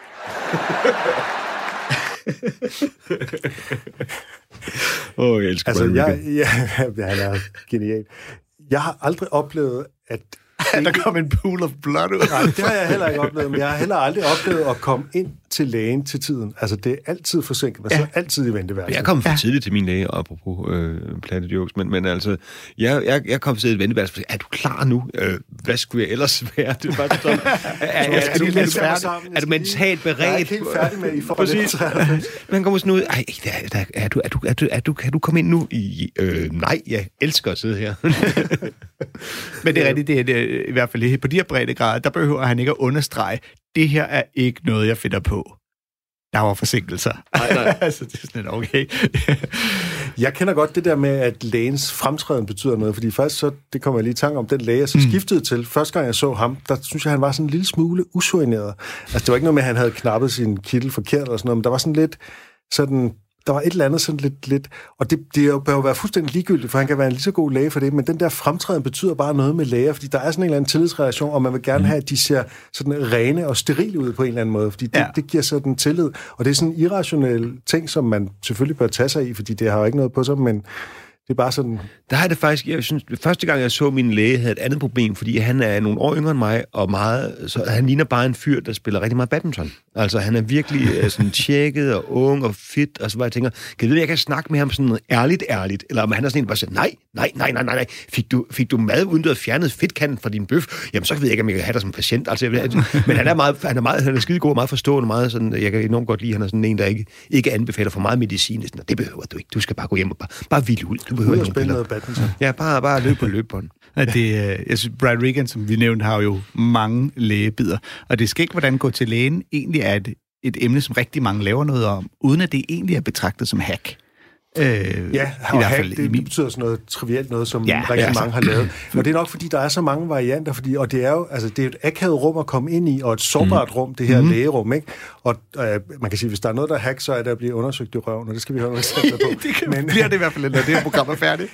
Jeg elsker han er genial. Jeg har aldrig oplevet, at der kom en pool of blood ud. Nej, det har jeg heller ikke oplevet, men jeg har heller aldrig oplevet at komme ind til lægen til tiden. Altså, det er altid forsinket, men så er altid i venteværelset. Jeg kom for tidligt til min læge, apropos platte jokes, men altså, jeg kom for tidligt i venteværelset, er du klar nu? Hvad skulle jeg ellers være? Det var sådan, er du mentalt beredt? Jeg er ikke helt færdig med, I får det. Man kommer sådan ud, kan du komme ind nu? Nej, jeg elsker at sidde her. Men det er rigtigt, det er i hvert fald på de her breddegrader, der behøver han ikke at understrege, det her er ikke noget, jeg finder på. Der var forsinkelser. Nej. Altså, det er sådan lidt okay. Jeg kender godt det der med, at lægens fremtræden betyder noget, fordi faktisk så, det kommer jeg lige i tanke om, den læge, jeg så skiftede til. Første gang jeg så ham, der synes jeg, han var sådan en lille smule usoigneret. Altså, det var ikke noget med, at han havde knappet sin kittel forkert eller sådan noget, men der var sådan lidt sådan... Der var et eller andet sådan lidt... Og det bør jo være fuldstændig ligegyldigt, for han kan være en lige så god læge for det, men den der fremtræden betyder bare noget med læger, fordi der er sådan en eller anden tillidsrelation, og man vil gerne have, at de ser sådan rene og sterile ud på en eller anden måde, fordi det giver sådan tillid. Og det er sådan en irrationel ting, som man selvfølgelig bør tage sig i, fordi det har jo ikke noget på sig, men Det er bare sådan... Der har det faktisk, jeg synes, første gang jeg så min læge, havde et andet problem, fordi han er nogle år yngre end mig, og meget, så han ligner bare en fyr, der spiller rigtig meget badminton. Altså, han er virkelig sådan tjekket og ung og fit, og så var jeg tænker, kan jeg vide, jeg kan snakke med ham sådan noget ærligt, eller om han er sådan en, bare siger, nej, fik du mad, uden du havde fjernet fedtkanten fra din bøf? Jamen, så ved jeg ikke, om jeg kan have dig som patient. Altså, men han er skidegod og meget forstående, meget sådan, jeg kan enormt godt lide, han er sådan en, der ikke anbefaler for meget medicin. Det behøver du ikke. Du skal bare gå hjem og bare hvile ud. Du behøver ikke spille noget badminton. Ja, bare løbe på løbebånd. Jeg synes, Brian Regan, som vi nævnte, har jo mange lægebider. Og det skal ikke, hvordan gå til lægen, egentlig er et emne, som rigtig mange laver noget om, uden at det egentlig er betragtet som hack. Ja, og hack, det betyder sådan noget trivielt noget, som rigtig mange har lavet. Og det er nok, fordi der er så mange varianter, og det er jo det er et akavet rum at komme ind i, og et sårbart rum, det her lægerum, ikke? Og man kan sige, hvis der er noget, der er hack, så er det at blive undersøgt i røven, og det skal vi høre noget eksempler på. Men bliver det i hvert fald, når det her program er færdigt.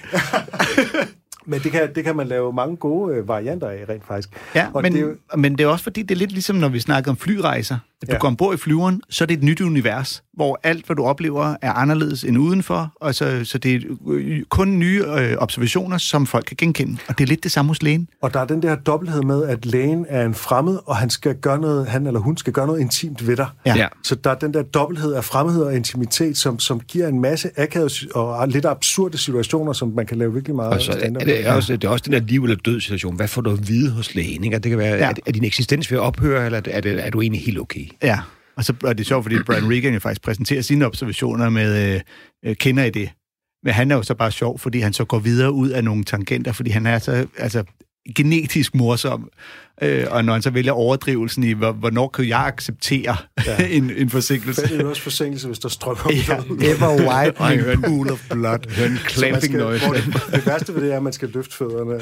Men det kan man lave mange gode varianter af, rent faktisk. Ja, og men det er også fordi, det er lidt ligesom, når vi snakker om flyrejser. Du går ombord i flyveren, så er det et nyt univers, hvor alt, hvad du oplever, er anderledes end udenfor, og så det er kun nye observationer, som folk kan genkende. Og det er lidt det samme hos lægen. Og der er den der dobbelthed med, at lægen er en fremmed, og han eller hun skal gøre noget intimt ved dig. Ja. Så der er den der dobbelthed af fremmedhed og intimitet, som giver en masse akavet og lidt absurde situationer, som man kan lave virkelig meget. Og så det er også den der liv- eller død-situation. Hvad får du at vide hos lægen? Ikke? Det kan være, er din eksistens ved at ophøre, eller er du egentlig helt okay? Ja, og så er det sjovt, fordi Brian Regan jo faktisk præsenterer sine observationer med kender I det? Men han er jo så bare sjov, fordi han så går videre ud af nogle tangenter, fordi han er så genetisk morsom, og når han så vælger overdrivelsen i, hvornår kan jeg acceptere en forsinkelse? Det er jo også forsinkelse, hvis der strømmer ud. Ever widening pool of blood. Hør en clamping noise. Det værste ved det er, at man skal løfte fødderne.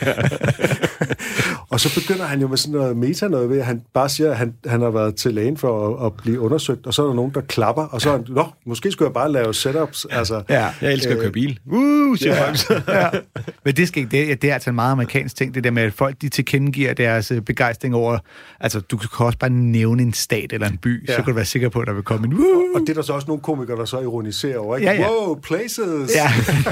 Og så begynder han jo med sådan noget meta noget ved, at han bare siger, at han har været til lægen for at blive undersøgt, og så er der nogen, der klapper, og så er han, måske skulle jeg bare lave setups. Altså, jeg elsker at køre bil. Siger folk så. Men det er altså en meget amerikansk ting, det der med, at folk de tilkendegiver deres begejstring over, altså du kan også bare nævne en stat eller en by, så kan du være sikker på, at der vil komme en Og det er der så også nogle komikere, der så ironiserer over, ikke? Ja. Wow, places! Ja.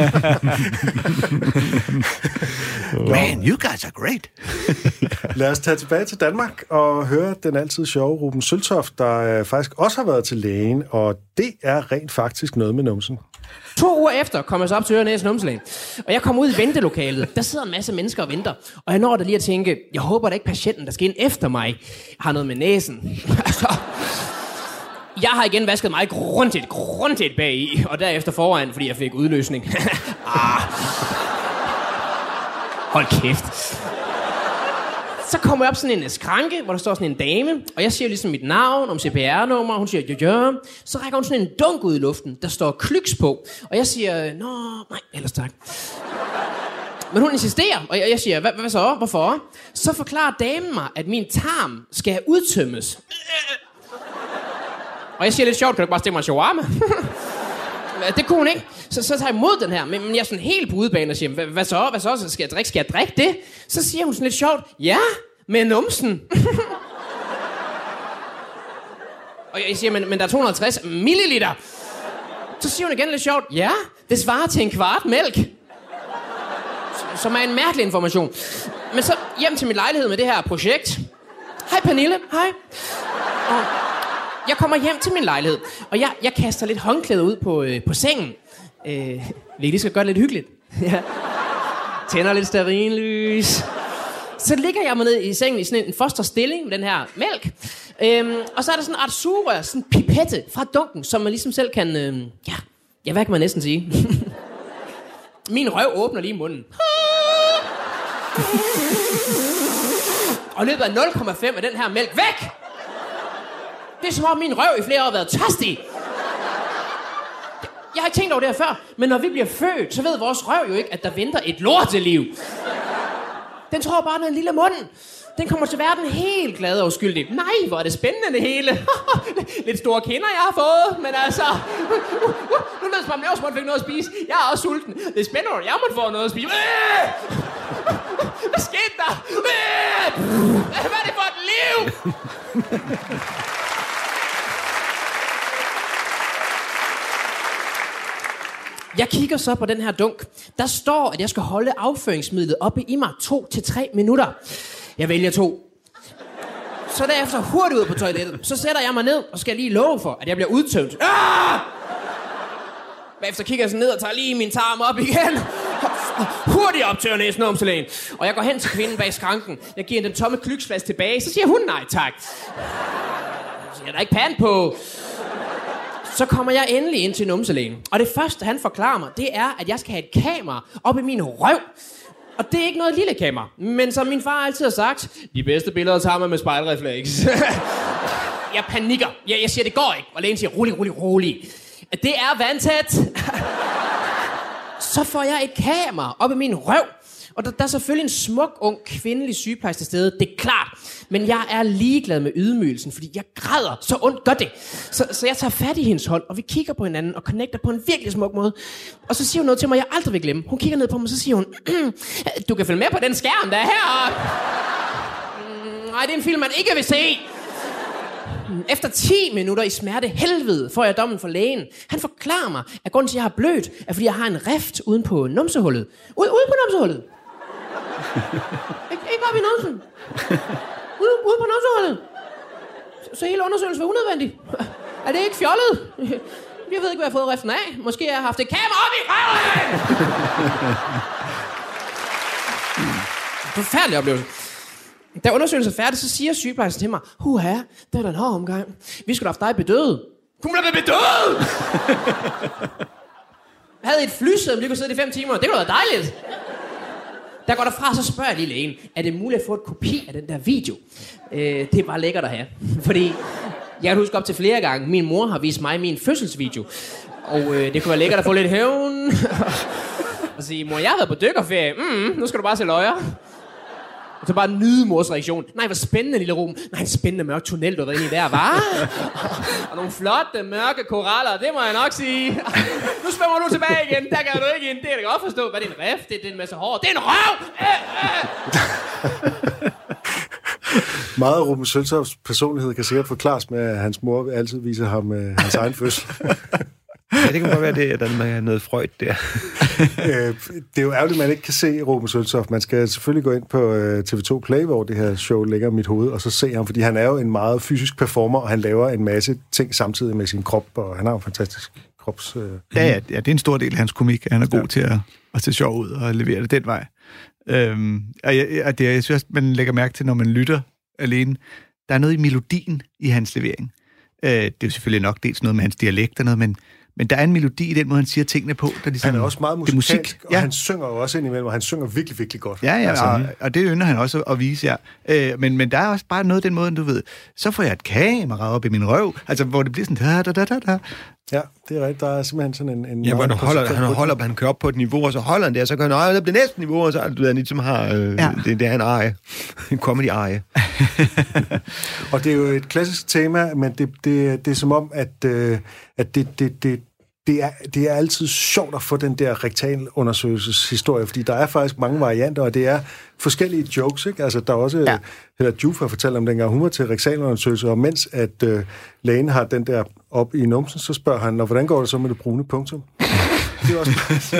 Man, you guys are great! Lad os tage tilbage til Danmark og høre den altid sjove Ruben Søltoft, der faktisk også har været til lægen, og det er rent faktisk noget med numsen. 2 uger efter kom jeg så op til Øre Næse Numselægen, og jeg kom ud i ventelokalet. Der sidder en masse mennesker og venter, og jeg når da lige at tænke, jeg håber da ikke patienten, der skal ind efter mig, har noget med næsen. Altså, jeg har igen vasket mig grundigt bagi, og derefter foran, fordi jeg fik udløsning. Hold kæft. Så kommer jeg op sådan en skranke, hvor der står sådan en dame, og jeg siger ligesom mit navn, om CPR-nummer, og hun siger, ja. Så rækker hun sådan en dunk ud i luften, der står Klyks på, og jeg siger, nej, ellers tak. Men hun insisterer, og jeg siger, hvad så? Hvorfor? Så forklarer damen mig, at min tarm skal udtømmes. Og jeg siger lidt sjovt, kan du bare stikke mig en shawarma? Det kunne hun ikke. Så tager jeg imod den her, men jeg er sådan helt på udebane og siger, hvad så? Skal jeg drikke det? Så siger hun sådan lidt sjovt, ja, med numsen. Og jeg siger, men der er 250 milliliter. Så siger hun igen lidt sjovt, ja, det svarer til en kvart mælk. Som er en mærkelig information. Men så hjem til min lejlighed med det her projekt. Hej Pernille, hej. Og jeg kommer hjem til min lejlighed, og jeg kaster lidt håndklæder ud på sengen. Vi lige skal gøre det lidt hyggeligt. Ja. Tænder lidt stearinlys. Så ligger jeg mig ned i sengen i sådan en fosterstilling med den her mælk. Og så er der sådan en art sugerør, sådan en pipette fra dunken, som man ligesom selv kan... hvad kan man næsten sige? Min røv åbner lige munden. Og løbet af 0,5 af den her mælk væk! Det er som om min røv i flere år har været tørstig. Jeg har ikke tænkt over det her før, men når vi bliver født, så ved vores røv jo ikke, at der venter et lorteliv. Den tror bare, den er en lille mund. Den kommer til verden helt glad og uskyldig. Nej, hvor er det spændende det hele. Lidt store kinder, jeg har fået, men altså... Nu ved jeg, om jeg også fik noget at spise. Jeg er også sulten. Det er spændende, at jeg måtte få noget at spise. Hvad skete der? Hvad er det for et liv? Jeg kigger så på den her dunk. Der står, at jeg skal holde afføringsmidlet oppe i mig 2 til 3 minutter. Jeg vælger 2. Så derefter hurtigt ud på toilettet. Så sætter jeg mig ned og skal lige love for, at jeg bliver udtømt. Bagefter kigger jeg så ned og tager lige min tarm op igen. Hurtigt optører næsen om til lægen. Og jeg går hen til kvinden bag skranken. Jeg giver den tomme klyksflaske tilbage. Så siger hun nej tak. Så jeg der ikke pant på. Så kommer jeg endelig ind til numselægen. Og det første, han forklarer mig, det er, at jeg skal have et kamera op i min røv. Og det er ikke noget lille kamera. Men som min far altid har sagt, de bedste billeder tager man med spejlrefleks. Jeg panikker. Jeg siger, det går ikke. Og lægen siger, rolig. Det er vandtæt. Så får jeg et kamera op i min røv. Og der er selvfølgelig en smuk, ung, kvindelig sygeplejerske til stede. Det er klart. Men jeg er ligeglad med ydmygelsen, fordi jeg græder. Så ondt gør det. Så jeg tager fat i hendes hånd, og vi kigger på hinanden og connecter på en virkelig smuk måde. Og så siger hun noget til mig, jeg aldrig vil glemme. Hun kigger ned på mig, og så siger hun, du kan følge med på den skærm, der er heroppe. Nej, det er en film, man ikke vil se. Efter 10 minutter i smerte helvede får jeg dommen fra lægen. Han forklarer mig, at grunden til, at jeg har blødt, er fordi jeg har en rift uden på numsehullet. Ude på numsehullet. Ikke bare ved numsen. Ude på numsehullet. Så hele undersøgelsen var unødvendig. Er det ikke fjollet? Jeg ved ikke, hvad jeg har fået riften af. Måske har jeg haft et kamera op i røven! Forfærdelig oplevelse. Da undersøgelsen er færdig, så siger sygeplejersken til mig, det var da en hård omgang. Vi skulle have haft dig bedøvet. Kunne man da være bedøvet? Jeg havde et flysæde, vi kunne sidde i 5 timer. Det kunne da være dejligt. Der går derfra, så spørger jeg lige lægen, er det muligt at få et kopi af den der video? Det er bare lækkert at have. Fordi jeg kan huske op til flere gange, min mor har vist mig min fødselsvideo. Og det kunne være lækkert at få lidt hævn. Og sige, mor, jeg har været på dykkerferie. Nu skal du bare se løjer. Og så bare nyde mors reaktion. Nej, hvor spændende, lille Ruben. Nej, en spændende mørk tunnel, du har været inde i der, var. Og nogle flotte, mørke koraller, det må jeg nok sige. Nu svømmer du tilbage igen. Der kan du ikke ind. Det kan jeg godt forstå. Hvad er det, en ref? Det er en masse hår. Det er en røv! Meget af Ruben Søltofts personlighed kan sikkert forklares med, at hans mor altid viser ham hans egen fødsel. Ja, det kan godt være, at der er noget Freud der. Det er jo ærgerligt, at man ikke kan se Ruben Søltoft. Man skal selvfølgelig gå ind på TV2 Play, hvor det her show ligger i mit hoved, og så se ham, fordi han er jo en meget fysisk performer, og han laver en masse ting samtidig med sin krop, og han har jo en fantastisk krops... Ja, det er en stor del af hans komik. Han er god til at se sjov ud og levere det den vej. Jeg synes, man lægger mærke til, når man lytter alene, der er noget i melodien i hans levering. Det er jo selvfølgelig nok dels noget med hans dialekt og noget, men der er en melodi i den måde, han siger tingene på. Der ligesom, han er også meget musikalsk, og han synger jo også indimellem, og han synger virkelig, virkelig godt. Ja, altså, og det ynder han også at vise, ja. Men der er også bare noget den måde, du ved, så får jeg et kamera op i min røv, altså hvor det bliver sådan da. Ja, det er rigtigt. Der er simpelthen sådan en ja, han kører op på et niveau, og så holder han det, og så kan han det næste niveau, og så er det ligesom har det er en eje. En comedy-eje. Og det er jo et klassisk tema, men det er som om, at det er altid sjovt at få den der rektalundersøgelseshistorie, fordi der er faktisk mange varianter, og det er forskellige jokes, ikke? Altså, der er også... Hella Juf har fortalt om dengang, hun var til rektalundersøgelse, og mens at lægen har den der op i numsen, så spørger han, hvordan går det så med det brune punktum? Det er også...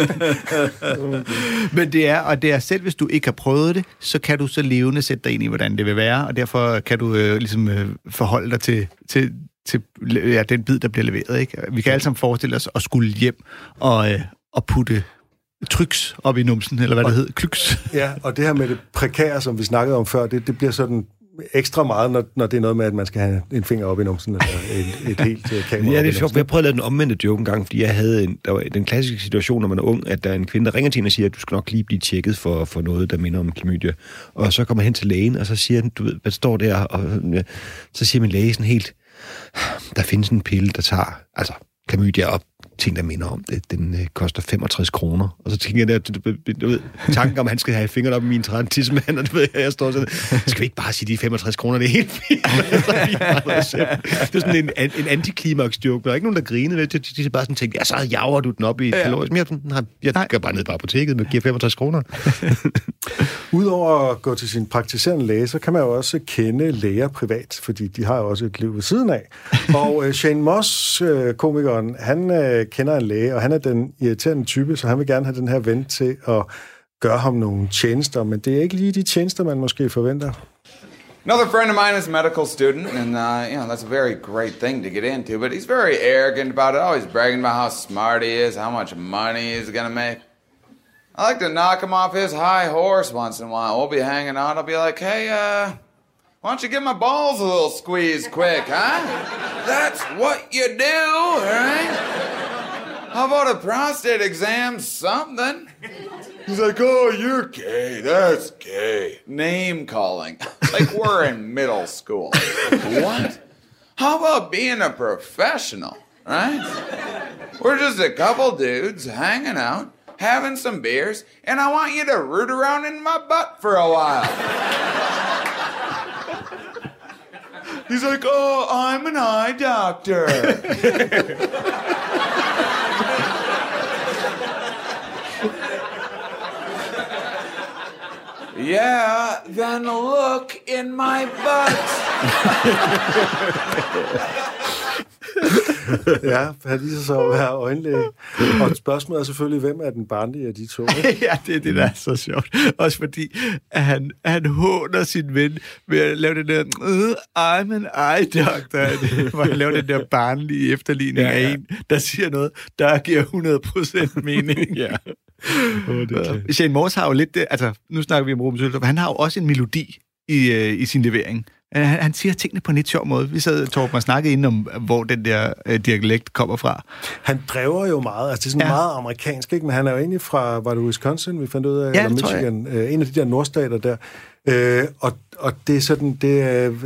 Men det er selv hvis du ikke har prøvet det, så kan du så levende sætte dig ind i, hvordan det vil være, og derfor kan du forholde dig til den bid, der bliver leveret, ikke? Vi kan alle sammen forestille os at skulle hjem og putte tryks op i numsen, eller hvad det hedder, klyks. Ja, og det her med det prekære, som vi snakkede om før, det bliver sådan ekstra meget, når det er noget med, at man skal have en finger op i numsen, eller et helt kamera. Ja, det er sjovt. Jeg prøvede at lade den omvendte joke en gang, fordi der var den klassiske situation, når man er ung, at der er en kvinde, der ringer til en og siger, at du skal nok lige blive tjekket for noget, der minder om klamydia. Og så kommer hen til lægen, og så siger den, du ved, hvad står der? Og så siger min læge sådan helt, der findes en pille, der tager klamydia op, ting, der minder om det. Den koster 65 kroner. Og så tænker jeg, du ved, tanken om, at han skal have fingrene op i min tidsmand, og du ved, jeg står sådan, skal vi ikke bare sige, de 65 kroner, det er helt fint. Det er sådan en antiklimaks-joke. Der er ikke nogen, der griner. De er bare sådan tænkt, så jager du den op i kalorier. Jeg går bare ned på apoteket og giver 65 kroner. Udover at gå til sin praktiserende læge, så kan man jo også kende læger privat, fordi de har jo også et liv ved siden af. Og Shane Moss, komikeren, han kender en læge, og han er den irriterende type, så han vil gerne have den her ven til at gøre ham nogle tjenester, men det er ikke lige de tjenester, man måske forventer. Another friend of mine is a medical student, and that's a very great thing to get into, but he's very arrogant about it, always bragging about how smart he is, how much money he's gonna make. I like to knock him off his high horse once in a while. We'll be hanging out, I'll be like, hey, why don't you give my balls a little squeeze quick, huh? That's what you do, right? How about a prostate exam, something? He's like, oh, you're gay, that's gay. Name calling, like we're in middle school. What? How about being a professional, right? We're just a couple dudes hanging out, having some beers, and I want you to root around in my butt for a while. He's like, oh, I'm an eye doctor. Yeah, then look in my butt. Ja, han viser sig at være øjenlæge. Og spørgsmålet er selvfølgelig, hvem er den barnlige af de to? Ja, det er det, der er så sjovt. Også fordi, at han håner sin ven ved at lave den der, I'm an eye doctor, hvor han laver den der barnlige efterligning af en, der siger noget, der giver 100% mening. Ja. Shane Morse har jo lidt, altså, nu snakker vi om Ruben Søltoft, han har jo også en melodi i sin levering. Han siger tingene på en lidt sjov måde. Vi sad, Torben, og snakkede inden om, hvor den der dialekt kommer fra. Han driver jo meget. Altså, det er sådan meget amerikansk, ikke? Men han er jo egentlig fra, var det Wisconsin, vi fandt ud af? Ja, eller Michigan. En af de der nordstater der. Og det er sådan, det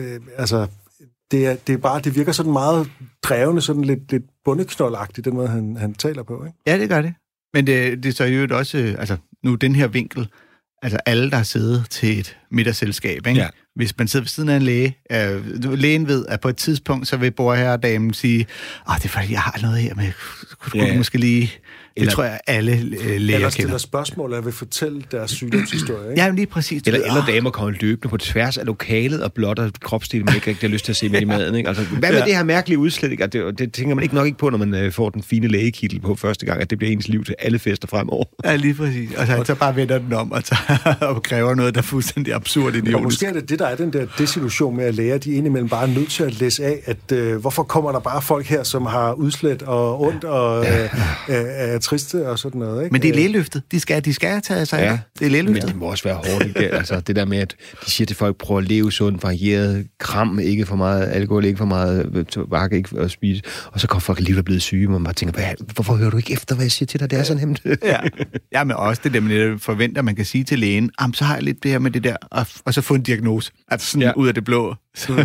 er bare, det virker sådan meget drevende, sådan lidt bondeknoldagtigt, den måde, han taler på, ikke? Ja, det gør det. Men det er så jo også, altså, nu den her vinkel, altså alle, der har siddet til et middagsselskab, ikke? Ja. Hvis man sidder ved siden af en læge, lægen ved, at på et tidspunkt, så vil bordherredamen sige, det er fordi, jeg har noget her med, kunne du måske lige... Det tror jeg, alle læger eller stiller spørgsmål, og vil fortælle deres sygdomshistorie, ikke? Ja, lige præcis. Eller damer kommer løbende på tværs af lokalet og blotter kropsdel, man ikke har lyst til at se med i maden, ikke? Altså, hvad med det her mærkelige udslæt, ikke? Det tænker man ikke nok ikke på, når man får den fine lægekittel på første gang, at det bliver ens liv til alle fester fremover. Ja, lige præcis. Og så bare vender den om og kræver noget, der er fuldstændig absurd idiotisk. Og måske er det der er den der desillusion med, at læger, de indimellem bare er nødt til at læse af, at hvorfor kommer der bare folk her, som har udslæt og ondt og er triste og sådan noget, ikke? Men det er lægeløftet. De skal tage sig af. Det er lægeløftet. Men det må også være hårdt, ikke? Altså, det der med, at de siger til folk, prøv at leve sundt, varieret, kram, ikke for meget alkohol, ikke for meget tobak, ikke at spise. Og så kommer folk alligevel blevet syge, og man bare tænker, hvorfor hører du ikke efter, hvad jeg siger til dig? Det er så nemt. Ja, men også det der med, at forventer, man kan sige til lægen, så har jeg lidt det her med det der, og så få en diagnose. Altså sådan ud af det blå.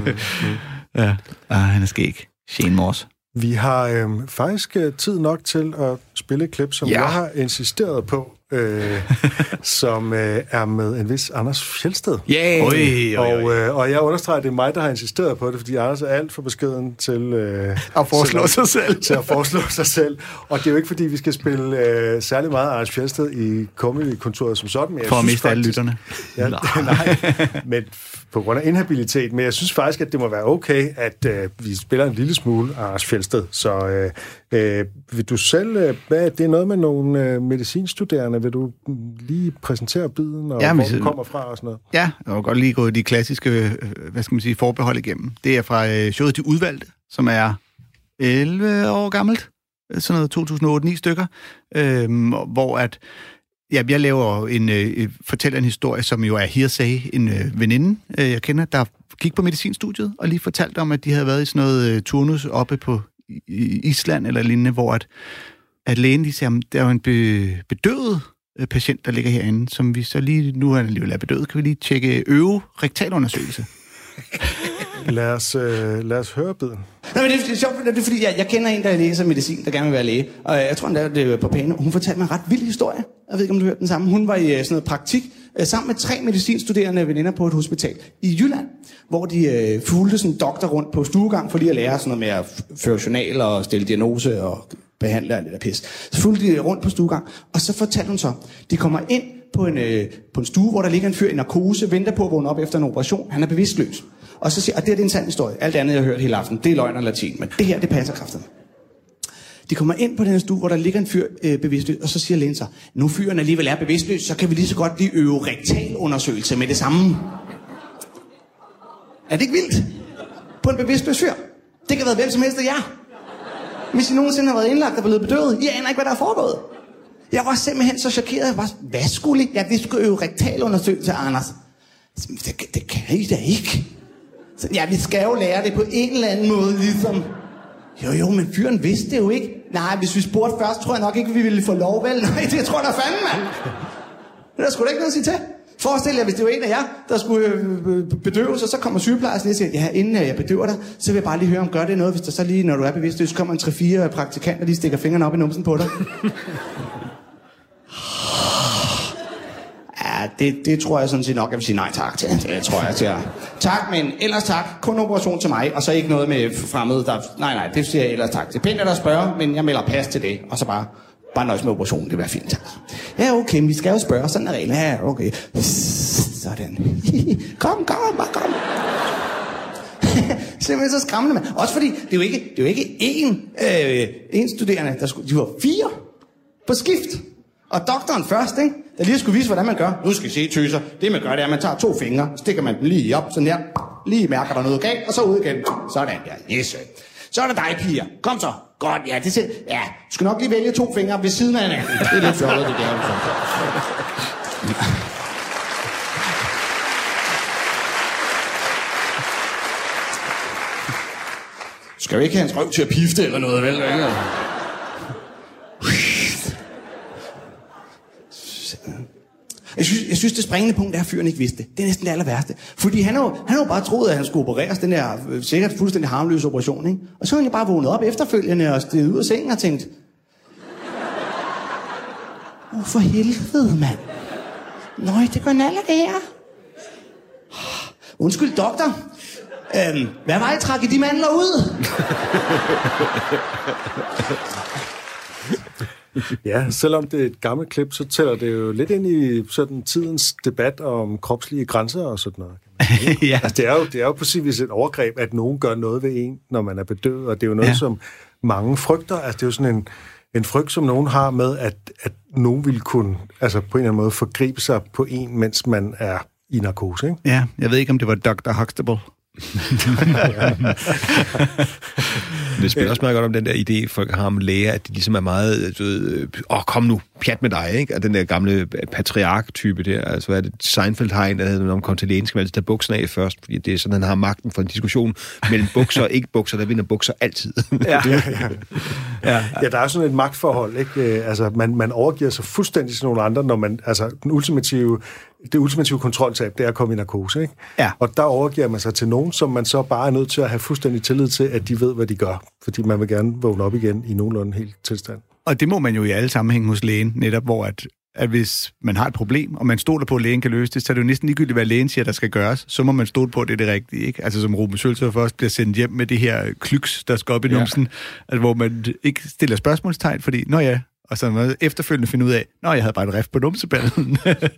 Ja. Han er skæg. Shane Morse. Vi har faktisk tid nok til at spille et klip, som jeg har insisteret på, som er med en vis Anders Fjeldsted. Og jeg understreger, at det er mig, der har insisteret på det, fordi Anders er alt for beskeden til at foreslå sig selv. Til at foreslå sig selv. Og det er jo ikke, fordi vi skal spille særlig meget Anders Fjeldsted i Comedy-kontoret som sådan. Men for at miste alle lytterne. Ja, nej, men på grund af inhabilitet. Men jeg synes faktisk, at det må være okay, at vi spiller en lille smule Anders Fjeldsted. Så vil du selv, det er noget med nogle medicinstuderende, vil du lige præsentere biden, og hvor du kommer fra og sådan noget? Ja, jeg vil godt lige gå de klassiske, forbehold igennem. Det er fra showet De Udvalgte, som er 11 år gammelt, sådan noget 2008-9 stykker, hvor at jeg laver fortæller en historie, som jo er hearsay, en veninde, jeg kender, der gik på medicinstudiet, og lige fortalte om, at de havde været i sådan noget turnus oppe på Island eller lignende, hvor at lægen lige siger, der er jo en bedøvet patient, der ligger herinde, som vi så lige, nu er han alligevel bedøvet, kan vi lige tjekke rektalundersøgelse. Lad os høre biden. Nej, men det er sjovt, det er fordi, jeg kender en, der læser medicin, der gerne vil være læge. Og jeg tror, han lavede det på pæne. Hun fortalte mig en ret vild historie. Jeg ved ikke, om du hørte den samme. Hun var i sådan noget praktik sammen med 3 medicinstuderende veninder på et hospital i Jylland, hvor de fulgte sådan en doktor rundt på stuegang for lige at lære sådan noget med at føre journal og stille diagnose og behandle alt det der pis. Så fulgte de rundt på stuegang, og så fortalte hun så, de kommer ind på en stue, hvor der ligger en fyr i narkose, venter på at vågne op efter en operation. Han er bevidstløs. Og så siger, og det er en sand historie. Alt andet, jeg har hørt hele aften, det er løgn og latin, men det her, det passer kraftigt. De kommer ind på den her stue, hvor der ligger en fyr bevidstløs, og så siger lægen så, nu fyren alligevel er bevidstløs, så kan vi lige så godt lige øve rektalundersøgelse med det samme. Er det ikke vildt? På en bevidstløs fyr. Det kan have været hvem som helst af jer. Hvis I nogensinde har været indlagt og blevet bedøvet, I aner ikke, hvad der er foregået. Jeg var simpelthen så chokeret. Jeg var, hvad skulle I? Ja, vi skulle øve rektalundersøgelse, Anders. Det kan I da ikke. Så, ja, vi skal jo lære det på en eller anden måde, ligesom. Jo, men fyren vidste det jo ikke. Nej, hvis vi spurgte først, tror jeg nok ikke, vi ville få lov, vel? Nej, det tror jeg da fanden, mand. Det er sgu da ikke noget at sige til. Forestil jer, hvis det var en af jer, der skulle bedøves, og så kommer sygeplejersken og siger, ja, inden jeg bedøver dig, så vil jeg bare lige høre, om gør det noget, hvis der så lige, når du er bevidstløs, så kommer en 3-4 praktikanter, lige stikker fingrene op i numsen på dig. Ja, det tror jeg sådan set nok, jeg vil sige nej tak til. Det tror jeg til. Tak, men ellers tak. Kun operation til mig, og så ikke noget med fremmede, der... Nej, det siger jeg ellers tak til. Pænt er der spørge, men jeg melder pas til det, og så bare nøjes med operationen, det vil være fint, tak. Ja, okay, vi skal jo spørge, sådan er reglen. Ja, okay. Sådan. Kom. Simpelthen så skræmmende, man. Også fordi, det er jo ikke én studerende, de var 4 på skift. Og doktoren først, ikke? Der lige skulle vise, hvordan man gør. Nu skal I se, tøser. Det man gør, det er, at man tager 2 fingre, stikker man dem lige op, sådan her. Lige mærker der noget galt, og så ud igen. Sådan der. Yes. Så er der dig, piger. Kom så. Godt, ja, det ser... Ja, du skal nok lige vælge 2 fingre ved siden af hinanden. Det er lidt fjollet, det der. Skal vi ikke have hans røv til at pifte eller noget, vel? Jeg synes, det springende punkt er, at fyren ikke vidste det. Det er næsten det aller værste. Fordi han har jo bare troet, at han skulle opereres, den der sikkert fuldstændig harmløse operation, ikke? Og så har han jo bare vågnet op efterfølgende og steget ud af sengen og tænkt... for helvede, mand. Nøj, det går naller, det her. Undskyld, doktor. Hvad var I trak i de mandler ud? Ja, selvom det er et gammelt klip, så tæller det jo lidt ind i sådan tidens debat om kropslige grænser og sådan noget. Ja. Altså, det er jo præcis et overgreb, at nogen gør noget ved en, når man er bedøvet, og det er jo noget, som mange frygter. Altså, det er jo sådan en frygt, som nogen har med, at nogen vil kunne, altså på en eller anden måde, forgribe sig på en, mens man er i narkose, ikke? Ja, jeg ved ikke, om det var Dr. Huxtable. Det spiller også meget godt om den der idé, folk har om læger, at de ligesom er meget, kom nu, pjat med dig, ikke? Og den der gamle patriark-type der, altså hvad er det, Seinfeld har en, der hedder, når man kommer til lægen, skal man altid tage bukserne af først, fordi det er sådan, han har magten for en diskussion mellem bukser og ikke bukser, der vinder bukser altid. Ja, der er sådan et magtforhold, ikke? Altså, man overgiver sig fuldstændig til nogle andre, når man, altså, det ultimative kontroltab, det er at komme i narkose, ikke? Ja. Og der overgiver man sig til nogen, som man så bare er nødt til at have fuldstændig tillid til, at de ved, hvad de gør. Fordi man vil gerne vågne op igen i nogenlunde helt tilstand. Og det må man jo i alle sammenhæng hos lægen, netop hvor at hvis man har et problem, og man stoler på, at lægen kan løse det, så er det jo næsten ligegyldigt, hvad lægen siger, der skal gøres. Så må man stole på, at det er det rigtige, ikke? Altså som Ruben Søltoft først bliver sendt hjem med det her klyks, der skal op i numsen, altså, hvor man ikke stiller spørgsmålstegn, fordi, og så efterfølgende finde ud af, jeg havde bare et rift på numseballen.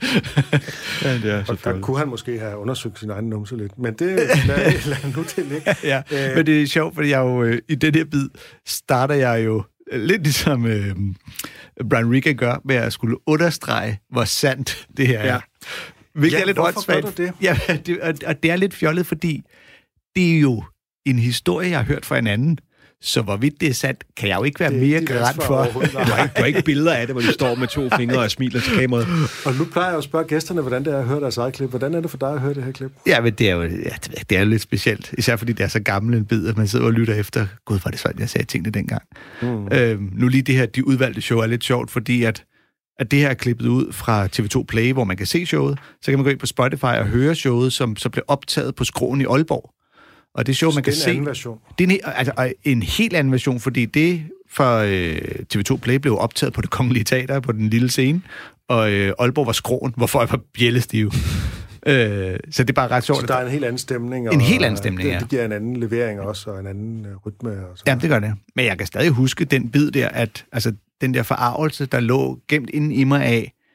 Og der kunne han måske have undersøgt sin egen numse lidt. Men det lader nu til ligge. Ja, men det er sjovt, fordi jeg jo i den her bid starter jeg jo lidt ligesom Brian Regan gør, med at skulle understrege, hvor sandt det her er. Hvilket er lidt åndssvagt. Hvorfor gør du det? Ja, og det er lidt fjollet, fordi det er jo en historie, jeg har hørt fra en anden. Så hvorvidt det er sandt, kan jeg jo ikke være mere garant for. Du har ikke billeder af det, hvor de står med 2 fingre og smiler til kameraet. Og nu plejer jeg at spørge gæsterne, hvordan det er at høre deres eget klip. Hvordan er det for dig at høre det her klip? Ja, men det er jo det er lidt specielt. Især fordi det er så gammel en bid, at man sidder og lytter efter. Gud, var det sådan, jeg sagde tingene dengang. Nu lige det her, de udvalgte show er lidt sjovt, fordi at det her er klippet ud fra TV2 Play, hvor man kan se showet. Så kan man gå ind på Spotify og høre showet, som så blev optaget på Skråen i Aalborg. Og det show, man kan se... Det er en anden version. Det er en helt anden version, fordi det for TV2 Play blev optaget på Det Kongelige Teater, på den lille scene, og Aalborg var Skråen, hvor folk var bjællestive. Så det er bare ret sjovt. Så der er en helt anden stemning. En helt anden stemning, ja. Det giver en anden levering også, og en anden rytme. Og ja, det gør det. Men jeg kan stadig huske den bid der, at altså, den der forarvelse, der lå gemt inden i mig af,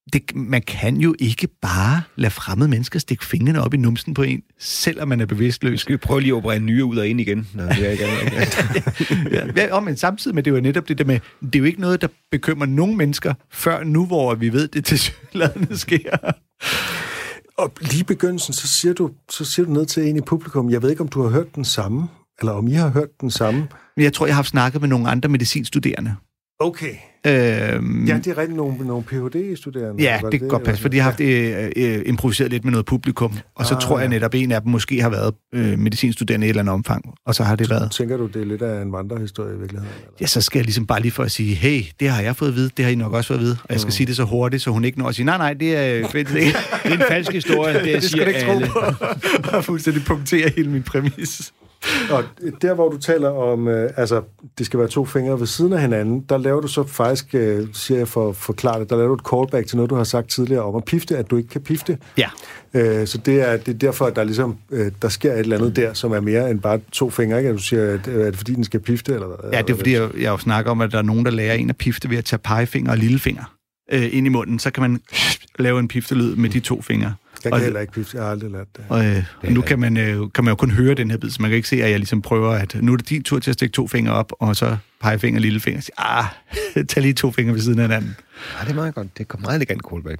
man kan jo ikke bare lade fremmede mennesker stikke fingrene op i numsen på en, selvom man er bevidstløs. Skal vi prøve lige at operere nyre ud og ind igen? Når det er igen. Ja, men samtidig med det er jo netop det der med, det er jo ikke noget, der bekymrer nogen mennesker, før nu, hvor vi ved, det tilsyneladende sker. Og lige i begyndelsen, så siger du ned til en i publikum, jeg ved ikke, om du har hørt den samme, eller om I har hørt den samme. Jeg tror, jeg har haft snakket med nogle andre medicinstuderende. Okay. Ja, det er rigtig nogle Ph.D.-studerende. Ja, det kan godt passe, for de har haft improviseret lidt med noget publikum, og så tror jeg netop, en af dem måske har været medicinstuderende i et eller andet omfang, og så har det været... Tænker du, det er lidt af en vandrehistorie i virkeligheden? Eller? Ja, så skal jeg ligesom bare lige for at sige, hey, det har jeg fået at vide, det har I nok også fået at vide, og jeg skal sige det så hurtigt, så hun ikke når at sige, nej, det er fedt. Det er en falsk historie, det siger ikke alle. Jeg har fuldstændig punkterer hele min præmis. Og der, hvor du taler om, det skal være 2 fingre ved siden af hinanden, der laver du så faktisk, siger jeg for at forklare det, der laver du et callback til noget, du har sagt tidligere om at pifte, at du ikke kan pifte. Ja. Så det er derfor, at der ligesom, der sker et eller andet der, som er mere end bare 2 fingre, ikke? At du siger, at er det fordi, den skal pifte, eller hvad? Ja, det er fordi, jeg jo snakker om, at der er nogen, der lærer en at pifte ved at tage pegefinger og lillefinger ind i munden. Så kan man lave en piftelyd med de 2 fingre. Jeg kan heller ikke pifte, jeg har aldrig lært det. Og nu kan man jo kun høre den her bid, så man kan ikke se, at jeg ligesom prøver, at nu er det din tur til at stikke 2 fingre op, og så pegefinger og lillefinger. Tag lige 2 fingre ved siden af hinanden. Ja, det er meget godt. Det er meget elegant callback.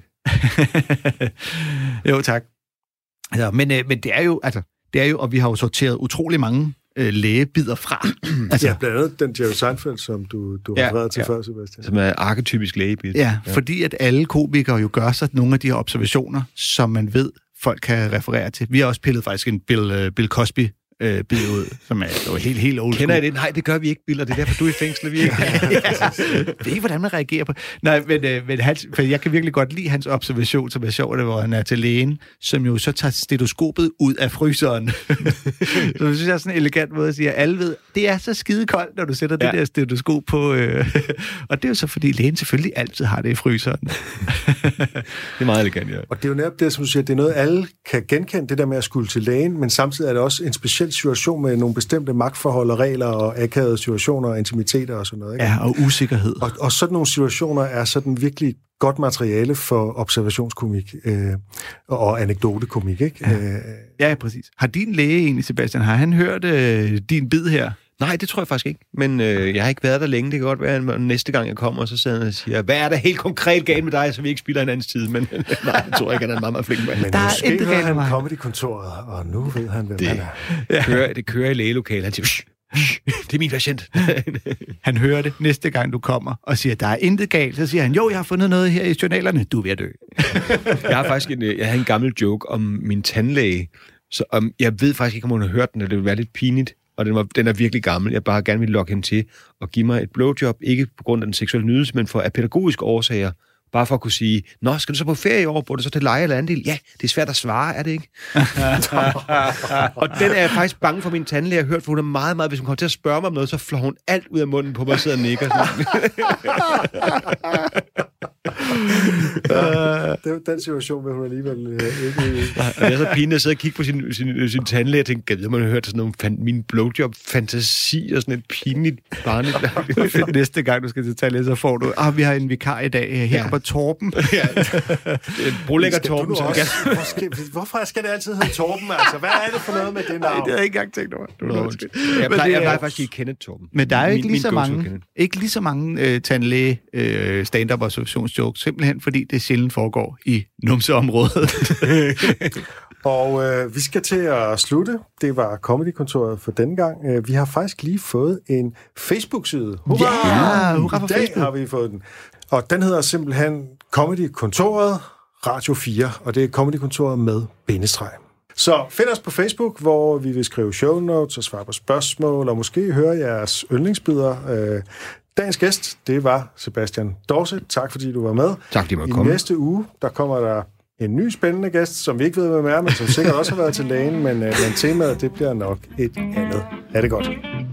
Jo, tak. Ja, men det er jo, og vi har jo sorteret utrolig mange lægebider fra. Ja, blandt andet den Jerry Seinfeld, som du refererede til før, Sebastian. Som er arketypisk lægebid. Ja, fordi at alle komikere jo gør sig nogle af de her observationer, som man ved, folk kan referere til. Vi har også pillet faktisk en Bill Cosby bid ud, som er jo helt old school. Kender I det? Nej, det gør vi ikke, Bill, og det er derfor, du er i fængsel. Vi ikke. Det er ikke, hvordan man reagerer på. Nej, men for jeg kan virkelig godt lide hans observation, som er sjovt, hvor han er til lægen, som jo så tager stetoskopet ud af fryseren. Så det synes jeg er sådan en elegant måde at sige, at alle ved, det er så skide koldt, når du sætter det der stetoskop på. Og det er jo så, fordi lægen selvfølgelig altid har det i fryseren. Det er meget elegant, ja. Og det er jo netop det, som du siger, det er noget, alle kan genkende, det der med at skulle til lægen, men samtidig er det også en speciel situation med nogle bestemte magtforhold og regler og akavede situationer og intimiteter og sådan noget. Ikke? Ja, og usikkerhed. Og sådan nogle situationer er sådan virkelig godt materiale for observationskomik og anekdotekomik, ikke? Ja, præcis. Har din læge egentlig, Sebastian, har han hørt din bid her? Nej, det tror jeg faktisk ikke. Men jeg har ikke været der længe. Det kan godt være, at næste gang jeg kommer, så sidder han og siger, hvad er der helt konkret galt med dig, så vi ikke spilder hinandens tid? Men nej, det tror jeg ikke, han er en meget, meget flink mand. Men måske hører han Comedy-kontoret, og nu ved han, hvem han er. Det kører i lægelokalet. Han siger, det er min patient. Han hører det næste gang, du kommer og siger, der er intet galt. Så siger han, jo, jeg har fundet noget her i journalerne. Du er ved at dø. Jeg har faktisk en gammel joke om min tandlæge. Så jeg ved faktisk ikke, om hun har hørt den, og det vil være lidt pinligt. Og den er virkelig gammel. Jeg bare gerne vil lokke hende til og give mig et blowjob, ikke på grund af den seksuelle nydelse, men af pædagogiske årsager. Bare for at kunne sige, nå, skal du så på ferie i år? Burde du så til leje eller andel? Ja, det er svært at svare, er det ikke? Og den er jeg faktisk bange for min tandlæge. Jeg har hørt, for hun er meget, meget... Hvis hun kommer til at spørge mig om noget, så flår hun alt ud af munden på mig og sidder og nikker. Den situation vil hun alligevel ikke... Det er så pinligt at sidde og kigge på sin tandlæge og tænke, jeg må have hørt sådan nogle min blowjob-fantasi og sådan et pinligt barnet. Næste gang, du skal til tandlæge, så får du, vi har en vikar i dag her på Torben. Brolægger Torben. Hvorfor skal det altid hedde Torben? Altså, hvad er det for noget med det navn? Det havde jeg ikke engang tænkt over. Jeg plejer faktisk at sige Kenneth Torben. Men der er jo ikke lige så mange tandlæge stand-up observationsjokes, simpelthen fordi det sjældent foregår i numseområdet. Og vi skal til at slutte. Det var Comedy-kontoret for denne gang. Vi har faktisk lige fået en Facebook-side. Hurra! Hurra for I dag Facebook. har vi fået den. Og den hedder simpelthen Comedy-kontoret Radio 4, og det er Comedy-kontoret med bindestreg. Så find os på Facebook, hvor vi vil skrive show notes og svare på spørgsmål, og måske høre jeres yndlingsbider. Dagens gæst, det var Sebastian Dorset. Tak fordi du var med. Tak fordi du måtte komme. I næste uge, der kommer der en ny spændende gæst, som vi ikke ved, hvem er, men som sikkert også har været til lægen, men temaet, det bliver nok et andet. Ha' det godt.